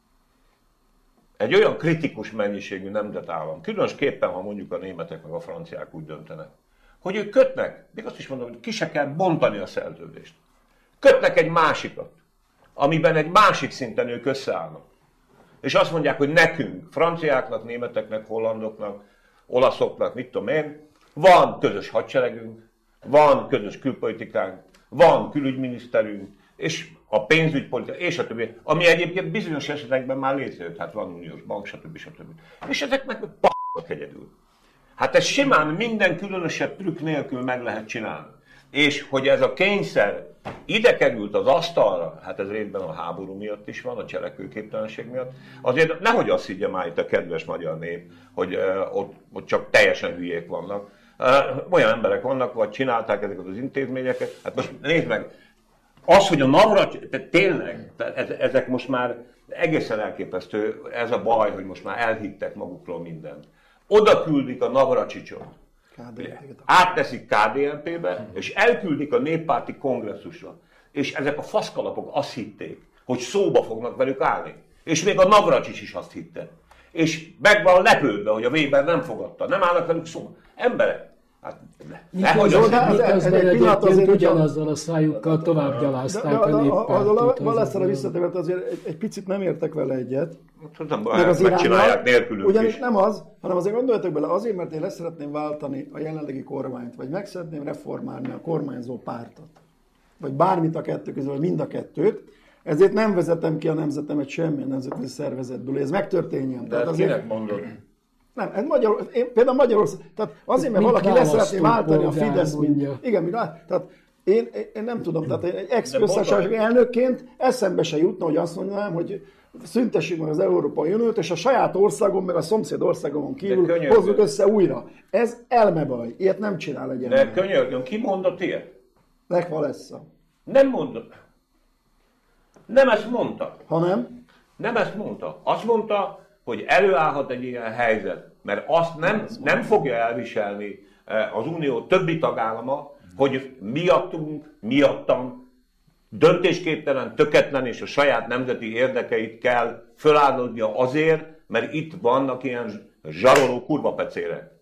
K: egy olyan kritikus mennyiségű nemzetállam, különösképpen, ha mondjuk a németek meg a franciák úgy döntenek, hogy ők kötnek, még azt is mondom, hogy ki se kell bontani a szerződést. Kötnek egy másikat, amiben egy másik szinten ők összeállnak. És azt mondják, hogy nekünk, franciáknak, németeknek, hollandoknak, olaszoknak, mit tudom én, van közös hadseregünk, van közös külpolitikánk, van külügyminiszterünk, és a pénzügypolitika, és a többi, ami egyébként bizonyos esetekben már létrejött, hát van uniós bank, stb. És ezek meg p***ak egyedül. Hát ez simán minden különösebb trükk nélkül meg lehet csinálni. És hogy ez a kényszer ide került az asztalra, hát ez részben a háború miatt is van, a cselekvőképtelenség miatt, azért nehogy azt higgye már itt a kedves magyar nép, hogy ott csak teljesen hülyék vannak. Olyan emberek vannak, vagy csinálták ezeket az intézményeket. Hát most nézd meg, az, hogy a Navracsics, tényleg, ezek most már egészen elképesztő, ez a baj, hogy most már elhittek magukról mindent. Oda küldik a Navracsicsot, átteszik KDNP-be, és elküldik a néppárti kongresszusra. És ezek a faszkalapok azt hitték, hogy szóba fognak velük állni. És még a Navracsics is azt hitte. És meg van lepődve, hogy a Weber nem fogadta. Nem állnak velük szóba. Emberek, hát nehogy
J: miközben egyébként ugyanazzal a szájukkal tovább gyalázták a néppártot.
I: Valószínűleg visszatérve, azért egy picit nem értek vele egyet.
K: Nem baj, megcsinálják nélkülük
I: ugyanis
K: is.
I: nem az, hanem azért gondoljatok bele, azért, mert én leszeretném váltani a jelenlegi kormányt, vagy meg szeretném reformálni a kormányzó pártot, vagy bármit a kettő közül, vagy mind a kettőt, ezért nem vezetem ki a nemzetemet semmilyen nemzetközi szervezetből, ez megtörténjen.
K: De ezt kinek mondod?
I: Nem, ez például Magyarország, tehát azért, mert valaki leszeretné váltani a Fidesz, igen, tehát én nem tudom, tehát egy ex-köztársasági elnökként eszembe se jutna, hogy azt mondanám, hogy szüntessük meg az Európai Uniót, és a saját országom, meg a szomszéd országomon kívül hozzuk össze újra. Ez elmebaj, ilyet nem csinál egy ember.
K: De könyörgöm, ki mondott ilyet?
I: Lech Walesa.
K: Nem mondott. Nem ezt mondta.
I: Hanem?
K: Nem ezt mondta. Azt mondta, hogy előállhat egy ilyen helyzet, mert azt nem fogja elviselni az Unió többi tagállama, hogy miattam döntésképtelen, töketlen és a saját nemzeti érdekeit kell föláldoznia azért, mert itt vannak ilyen zsaroló kurvapecérek.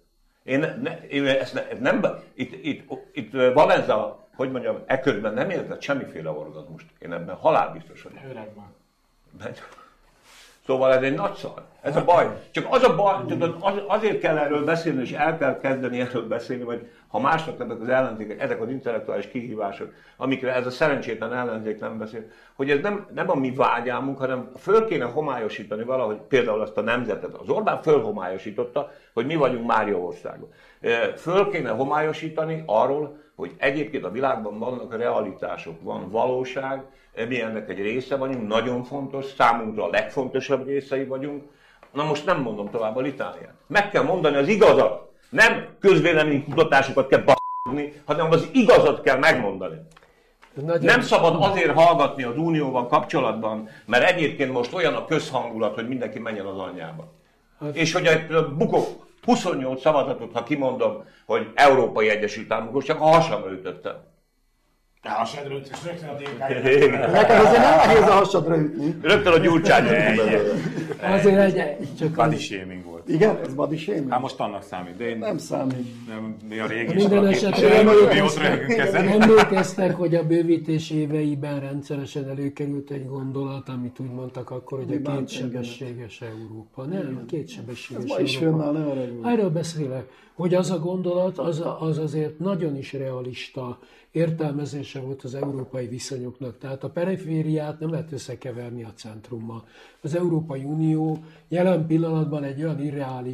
K: Itt Valenza, hogy mondjam, eközben nem érzett semmiféle orgazmust. Én ebben halálbiztos vagyok. Szóval ez egy nagy szar. Ez a baj. Csak az a baj, tudod, azért kell erről beszélni, és el kell kezdeni erről beszélni, hogy ha másnak ezek az ellenzékek, ezek az intellektuális kihívások, amikre ez a szerencsétlen ellenzék nem beszél, hogy ez nem a mi vágyálmunk, hanem föl kéne homályosítani valahogy például azt a nemzetet. Az Orbán fölhomályosította, hogy mi vagyunk Mária országa. Föl kéne homályosítani arról, hogy egyébként a világban vannak realitások, van valóság, mi ennek egy része vagyunk, nagyon fontos, számunkra a legfontosabb részei vagyunk. Na most nem mondom tovább a litániát. Meg kell mondani az igazat. Nem közvéleménykutatásokat kell b***ni, hanem az igazat kell megmondani. Nem szabad azért hallgatni az Unióval kapcsolatban, mert egyébként most olyan a közhangulat, hogy mindenki menjen az anyjába. És hogy bukok 28 szavazatot, ha kimondom, hogy Európai Egyesült Államok, csak a hasamra ütöttem.
H: A hasadra ütött, rögtön a
I: DK-ra. Nekem azért nem nehéz a hasadra ütni.
K: Rögtön a gyurcsányra.
J: Azért csak
B: body shaming volt.
I: Igen, ez body shaming.
B: Hát most annak számít, de én...
I: Nem számít.
B: Mi a régi
J: minden esetre emlékeztek, hogy a bővítés éveiben rendszeresen előkerült egy gondolat, amit úgy mondtak akkor, hogy a kétsebességes Európa. Nem, a kétsebességes Európa.
I: Ez ma is fönnáll, ne arra.
J: Erről beszélek, hogy az a gondolat, az azért nagyon is realista értelmezése volt az európai viszonyoknak. Tehát a perifériát nem lehet összekeverni a centrummal. Az Európai Unió jelen pillanatban egy olyan irreális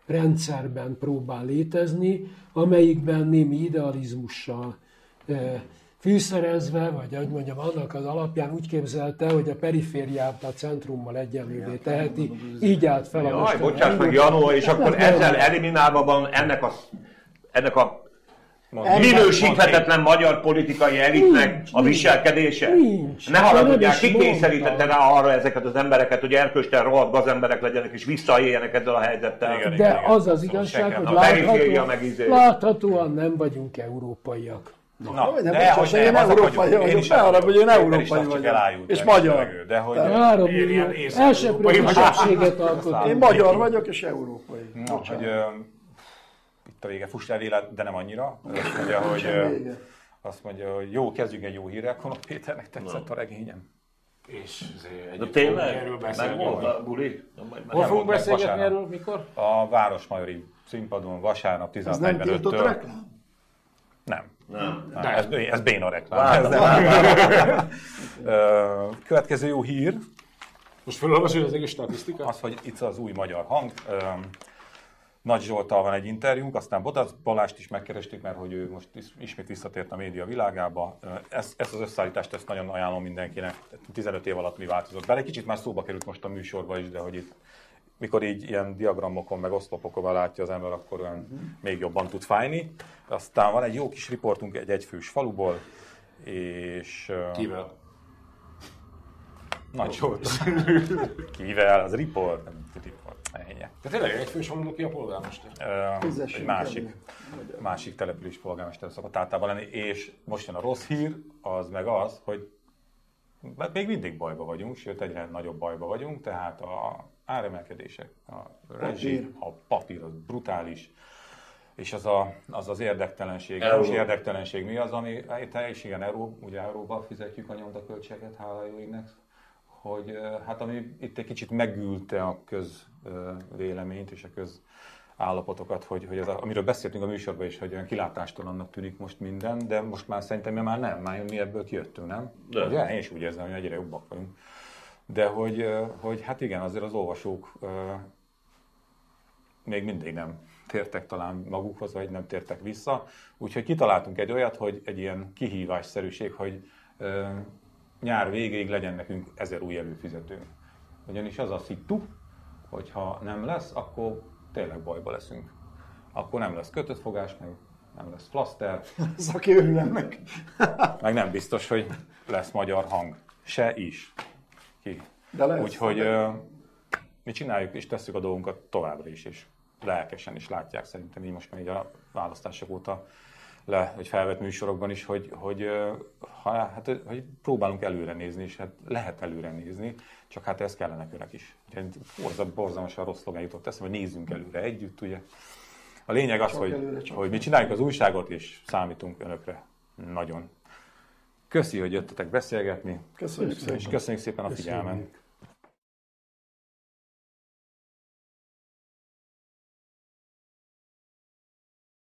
J: rendszerben próbál létezni, amelyikben némi idealizmussal fűszerezve, vagy ahogy mondjam, annak az alapján úgy képzelte, hogy a perifériát a centrummal egyenlővé teheti, így állt fel a
K: Jaj, bocsáss meg, Janó, és akkor ezzel eliminálva van ennek a minősíthetetlen magyar politikai elitnek a viselkedése?
J: Nincs.
K: Ne haragudjál, ki kényszerítette rá arra ezeket az embereket, hogy erkölcsten rohadt gazemberek legyenek, és visszaéljenek ezzel a helyzettel?
J: De az az igazság, hogy láthatóan nem vagyunk európaiak.
B: Na,
I: de hogy én európai vagyok, ne arra, hogy én európai vagyok, és magyar.
B: De hogy
J: 3 millió elsőprő kisebbséget alkot.
I: Én magyar vagyok, és európai.
B: Na, hogy itt a vége, fuss el élet, de nem annyira. Azt mondja, hogy jó, kezdjünk egy jó hírrel, Konok Péternek tetszett a regényem.
H: És
K: de tényleg? Meg volt a buli?
H: Hol fogunk beszélgetni erről, mikor?
B: A Városmajori színpadon vasárnap 16:45-től.
I: Ez nem tiltott reklám?
B: Nem.
H: Nem.
B: Ez béna reklám. Következő jó hír.
H: Most felolvasod az egész statisztika?
B: Az, hogy itt az új magyar hang. Nagy Zsolttal van egy interjúnk, aztán Bodac Balást is megkerestük, mert hogy ő most ismét visszatért a média világába. Ezt az összeállítást nagyon ajánlom mindenkinek. 15 év alatt mi változott bele. Egy kicsit már szóba került most a műsorba is, de hogy itt, mikor így ilyen diagramokon, meg oszlopokon látja az ember, akkor olyan még jobban tud fájni. Aztán van egy jó kis riportunk egy egyfős faluból, és...
H: Kivel?
B: Nagy Zsolt. Kivel? Az riport? Nem, riport.
H: De tényleg egyfős faluból ki a polgármester?
B: Egy másik település polgármester szokott általában lenni, és most jön a rossz hír, az meg az, hogy még mindig bajba vagyunk, sőt egyre nagyobb bajba vagyunk, tehát a áremelkedések, a rezsi, a papír az brutális, és az érdektelenség. És érdektelenség mi az, ami és igen, euróban fizetjük a nyomdaköltségeket, hála jó égnek, hogy hát ami itt egy kicsit megülte a közvéleményt és a közállapotokat, hogy ez, amiről beszéltünk a műsorban is, hogy olyan kilátástalannak tűnik most minden, de most már szerintem már nem, már mi ebből kijöttünk, nem? De. Ugye? Én is úgy érzem, hogy egyre jobbak vagyunk. De hogy hát igen, azért az olvasók még mindig nem tértek talán magukhoz, vagy nem tértek vissza. Úgyhogy kitaláltunk egy olyat, hogy egy ilyen kihívásszerűség, hogy nyár végéig legyen nekünk 1000 új előfizetőnk. Ugyanis az a szitu, hogy ha nem lesz, akkor tényleg bajba leszünk. Akkor nem lesz kötött fogás, meg nem lesz flaszter.
I: Ez aki örül ennek.
B: Meg nem biztos, hogy lesz magyar hang. Se is. Ki. Úgyhogy mi csináljuk és tesszük a dolgunkat továbbra is, és lelkesen is látják szerintem így most már így a választások óta hogy felvett műsorokban is, hogy próbálunk előre nézni, és hát lehet előre nézni, csak hát ez kellene nekünk is. Borzalmasan rossz szlogán jutott eszembe, hogy nézzünk előre együtt, ugye. A lényeg az, hogy mi csináljuk az újságot, és számítunk önökre nagyon. Köszi, hogy jöttetek beszélgetni.
I: Köszönjük szépen.
B: És köszönjük szépen a figyelmet.